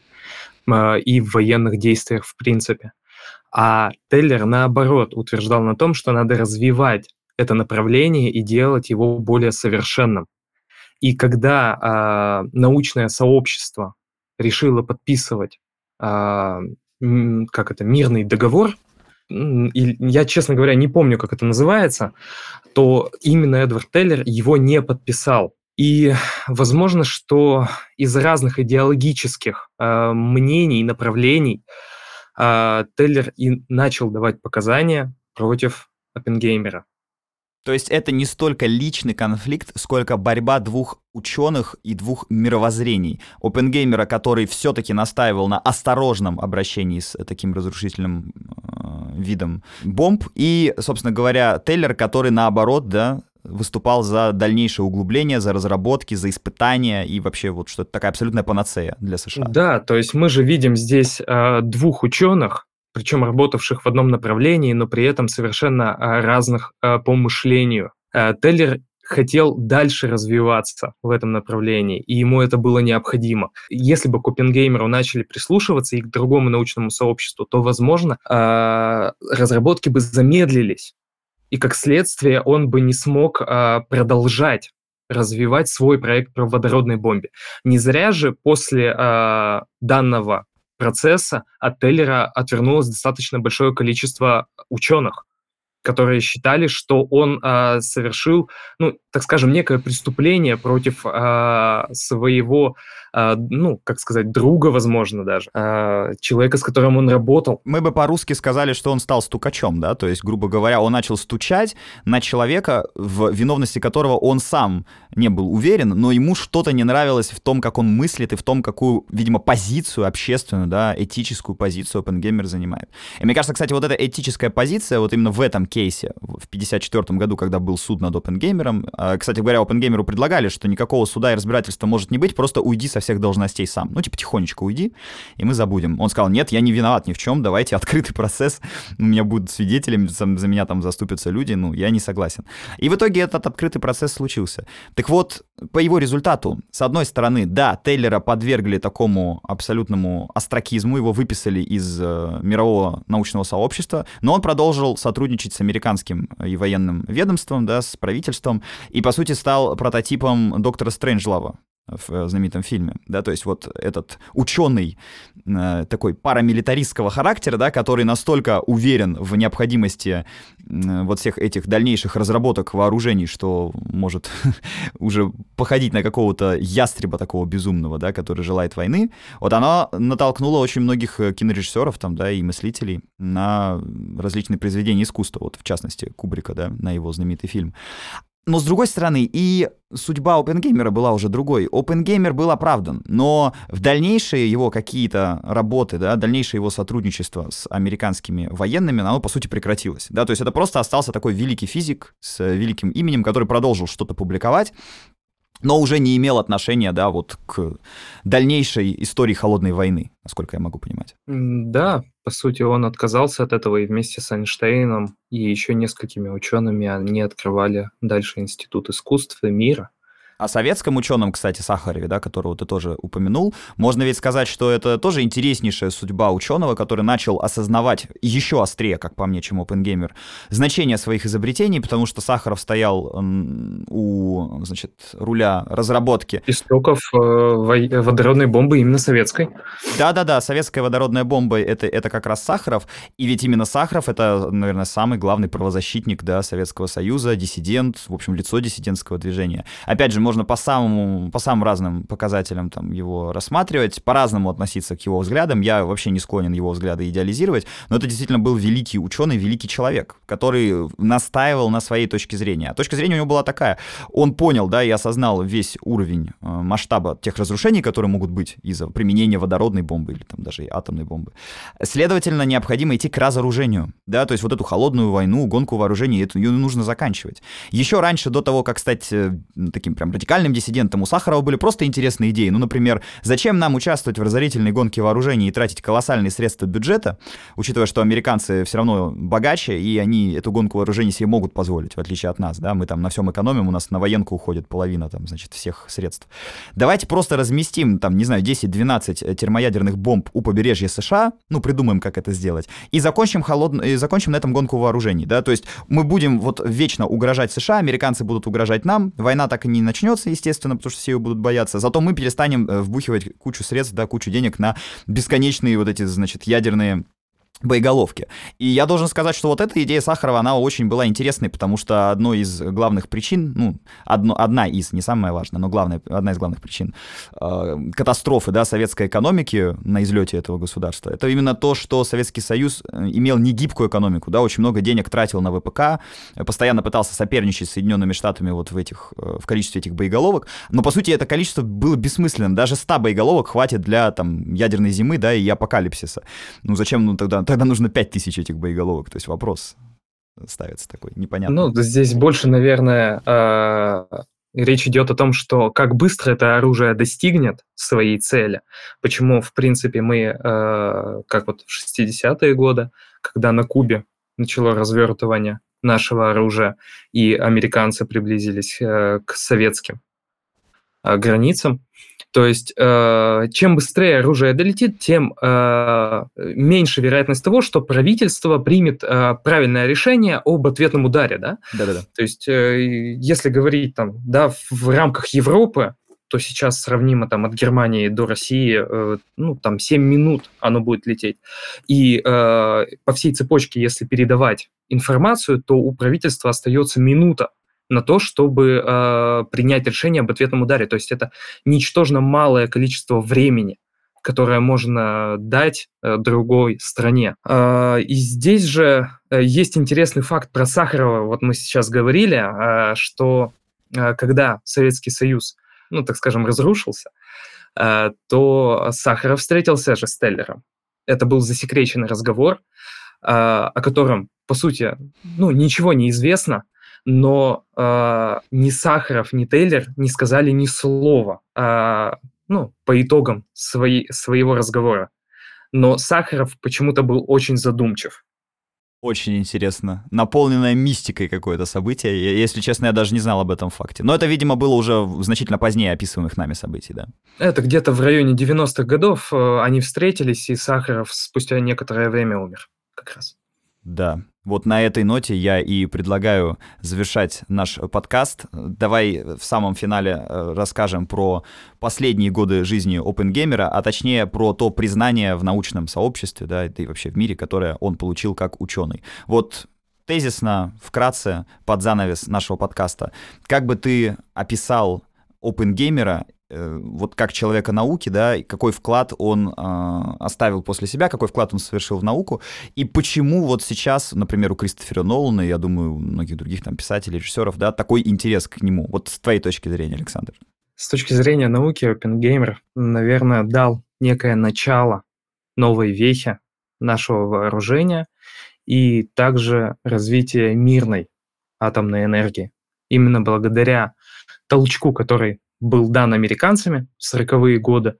и в военных действиях в принципе. А Теллер, наоборот, утверждал на том, что надо развивать это направление и делать его более совершенным. И когда научное сообщество решило подписывать мирный договор, и я, честно говоря, не помню, как это называется, то именно Эдвард Теллер его не подписал. И возможно, что из разных идеологических мнений и направлений Теллер и начал давать показания против опенгеймера. То есть это не столько личный конфликт, сколько борьба двух ученых и двух мировоззрений. Опенгеймера, который все-таки настаивал на осторожном обращении с таким разрушительным видом бомб, и, собственно говоря, Теллер, который, наоборот, да, выступал за дальнейшее углубление, за разработки, за испытания и вообще вот что-то такая абсолютная панацея для США. Да, то есть мы же видим здесь двух ученых, причем работавших в одном направлении, но при этом совершенно разных по мышлению. Теллер хотел дальше развиваться в этом направлении, и ему это было необходимо. Если бы к Оппенгеймеру начали прислушиваться и к другому научному сообществу, то, возможно, разработки бы замедлились, и как следствие он бы не смог продолжать развивать свой проект по водородной бомбе. Не зря же после данного процесса от Теллера отвернулось достаточно большое количество ученых, которые считали, что он совершил, ну, так скажем, некое преступление против своего, ну, как сказать, друга, возможно, даже, человека, с которым он работал. Мы бы по-русски сказали, что он стал стукачом, да, то есть, грубо говоря, он начал стучать на человека, в виновности которого он сам не был уверен, но ему что-то не нравилось в том, как он мыслит, и в том, какую, видимо, позицию общественную, да, этическую позицию Оппенгеймер занимает. И мне кажется, кстати, вот эта этическая позиция, вот именно в этом кейсе, в 1954 году, когда был суд над Оппенгеймером, кстати говоря, Оппенгеймеру предлагали, что никакого суда и разбирательства может не быть, просто уйди со всех должностей сам. Ну, типа, тихонечко уйди, и мы забудем. Он сказал, нет, я не виноват ни в чем, давайте открытый процесс, у меня будут свидетелями, за меня там заступятся люди, ну, я не согласен. И в итоге этот открытый процесс случился. Так вот, по его результату, с одной стороны, да, Теллера подвергли такому абсолютному остракизму, его выписали из мирового научного сообщества, но он продолжил сотрудничать с американским и военным ведомством, да, с правительством, и, по сути, стал прототипом доктора Стрэнджлава в знаменитом фильме, да, то есть вот этот ученый такой парамилитаристского характера, да, который настолько уверен в необходимости вот всех этих дальнейших разработок вооружений, что может уже походить на какого-то ястреба такого безумного, да, который желает войны, вот оно натолкнуло очень многих кинорежиссеров там, да, и мыслителей на различные произведения искусства, вот в частности Кубрика, да, на его знаменитый фильм. Но, с другой стороны, и судьба Оппенгеймера была уже другой. Оппенгеймер был оправдан, но в дальнейшие его какие-то работы, да, дальнейшее его сотрудничество с американскими военными, оно, по сути, прекратилось. Да? То есть это просто остался такой великий физик с великим именем, который продолжил что-то публиковать, но уже не имел отношения, да, вот к дальнейшей истории холодной войны, насколько я могу понимать. Да, по сути, он отказался от этого, и вместе с Эйнштейном и еще несколькими учеными они открывали дальше Институт искусств и мира. О советском ученом, кстати, Сахарове, да, которого ты тоже упомянул, можно ведь сказать, что это тоже интереснейшая судьба ученого, который начал осознавать еще острее, как по мне, чем Оппенгеймер, значение своих изобретений, потому что Сахаров стоял у, значит, руля разработки Истоков водородной бомбы именно советской. Да-да-да, советская водородная бомба — это как раз Сахаров, и ведь именно Сахаров — это, наверное, самый главный правозащитник, да, Советского Союза, диссидент, в общем, лицо диссидентского движения. Опять же, можно по самым разным показателям там его рассматривать, по-разному относиться к его взглядам. Я вообще не склонен его взгляды идеализировать, но это действительно был великий ученый, великий человек, который настаивал на своей точке зрения. А точка зрения у него была такая. Он понял, да, и осознал весь уровень масштаба тех разрушений, которые могут быть из-за применения водородной бомбы или там даже и атомной бомбы. Следовательно, необходимо идти к разоружению, да, то есть вот эту холодную войну, гонку вооружений, ее нужно заканчивать. Еще раньше, до того, как стать таким прям радикальным диссидентом, у Сахарова были просто интересные идеи. Ну, например, зачем нам участвовать в разорительной гонке вооружений и тратить колоссальные средства бюджета, учитывая, что американцы все равно богаче, и они эту гонку вооружений себе могут позволить, в отличие от нас, да, мы там на всем экономим, у нас на военку уходит половина, там, значит, всех средств. Давайте просто разместим, там, не знаю, 10-12 термоядерных бомб у побережья США, ну, придумаем, как это сделать, и закончим на этом гонку вооружений, да, то есть мы будем вот вечно угрожать США, американцы будут угрожать нам, война так и не начнется, естественно, потому что все ее будут бояться, зато мы перестанем вбухивать кучу средств, да, кучу денег на бесконечные вот эти, значит, ядерные боеголовки. И я должен сказать, что вот эта идея Сахарова, она очень была интересной, потому что одной из главных причин, ну, одна из, не самая важная, но одна из главных причин катастрофы, да, советской экономики на излете этого государства, это именно то, что Советский Союз имел негибкую экономику, да, очень много денег тратил на ВПК, постоянно пытался соперничать с Соединенными Штатами вот в количестве этих боеголовок, но, по сути, это количество было бессмысленным, даже 100 боеголовок хватит для, там, ядерной зимы, да, и апокалипсиса. Ну, зачем, ну, тогда нужно 5000 этих боеголовок, то есть вопрос ставится такой непонятный. Ну, здесь больше, наверное, речь идет о том, что как быстро это оружие достигнет своей цели. Почему, в принципе, мы, как вот в 60-е годы, когда на Кубе начало развертывание нашего оружия, и американцы приблизились к советским границам. То есть чем быстрее оружие долетит, тем меньше вероятность того, что правительство примет правильное решение об ответном ударе. Да? Да-да-да. То есть если говорить там, да, в рамках Европы, то сейчас сравнимо там от Германии до России, ну, там 7 минут оно будет лететь. И по всей цепочке, если передавать информацию, то у правительства остается минута на то, чтобы принять решение об ответном ударе. То есть это ничтожно малое количество времени, которое можно дать другой стране. И здесь же есть интересный факт про Сахарова. Вот мы сейчас говорили, что когда Советский Союз, ну, так скажем, разрушился, то Сахаров встретился же с Теллером. Это был засекреченный разговор, о котором, по сути, ну, ничего не известно, но ни Сахаров, ни Тейлор не сказали ни слова ну, по итогам своего разговора. Но Сахаров почему-то был очень задумчив. Очень интересно. Наполненное мистикой какое-то событие. Если честно, я даже не знал об этом факте. Но это, видимо, было уже значительно позднее описываемых нами событий, да? Это где-то в районе 90-х годов они встретились, и Сахаров спустя некоторое время умер как раз. Да, вот на этой ноте я и предлагаю завершать наш подкаст. Давай в самом финале расскажем про последние годы жизни OpenGamer, а точнее про то признание в научном сообществе, да, и вообще в мире, которое он получил как ученый. Вот тезисно, вкратце, под занавес нашего подкаста, как бы ты описал OpenGamer вот как человека науки, да, и какой вклад он оставил после себя, какой вклад он совершил в науку, и почему вот сейчас, например, у Кристофера Нолана, я думаю, у многих других там писателей, режиссеров, да, такой интерес к нему. Вот с твоей точки зрения, Александр. С точки зрения науки, OpenGamer, наверное, дал некое начало новой вехи нашего вооружения и также развития мирной атомной энергии. Именно благодаря толчку, который был дан американцами в 40-е годы,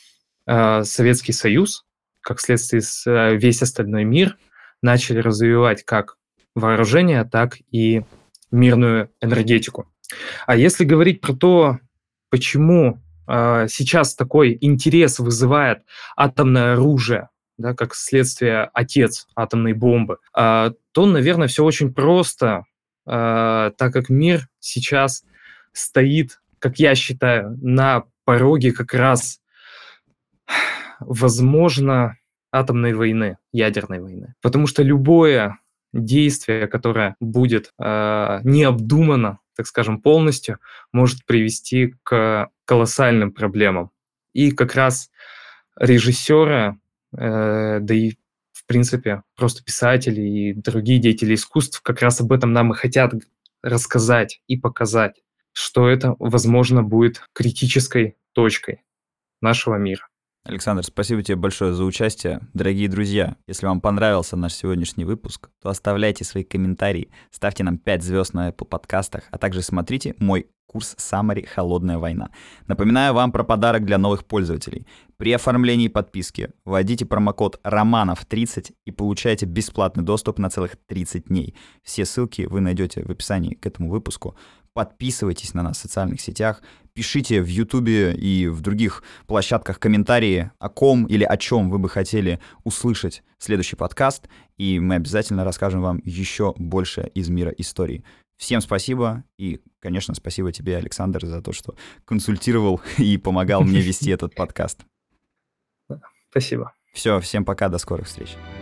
Советский Союз, как следствие весь остальной мир, начали развивать как вооружение, так и мирную энергетику. А если говорить про то, почему сейчас такой интерес вызывает атомное оружие, да, как следствие отец атомной бомбы, то, наверное, все очень просто, так как мир сейчас стоит, как я считаю, на пороге как раз, возможно, атомной войны, ядерной войны. Потому что любое действие, которое будет необдуманно, так скажем, полностью, может привести к колоссальным проблемам. И как раз режиссеры, да и, в принципе, просто писатели и другие деятели искусств как раз об этом нам и хотят рассказать и показать, что это, возможно, будет критической точкой нашего мира. Александр, спасибо тебе большое за участие. Дорогие друзья, если вам понравился наш сегодняшний выпуск, то оставляйте свои комментарии, ставьте нам 5 звезд на Apple подкастах, а также смотрите мой курс Summary «Холодная война». Напоминаю вам про подарок для новых пользователей. При оформлении подписки вводите промокод ROMANOV30 и получаете бесплатный доступ на целых 30 дней. Все ссылки вы найдете в описании к этому выпуску. Подписывайтесь на нас в социальных сетях, пишите в Ютубе и в других площадках комментарии, о ком или о чем вы бы хотели услышать следующий подкаст, и мы обязательно расскажем вам еще больше из мира истории. Всем спасибо, и, конечно, спасибо тебе, Александр, за то, что консультировал и помогал мне вести этот подкаст. Спасибо. Все, всем пока, до скорых встреч.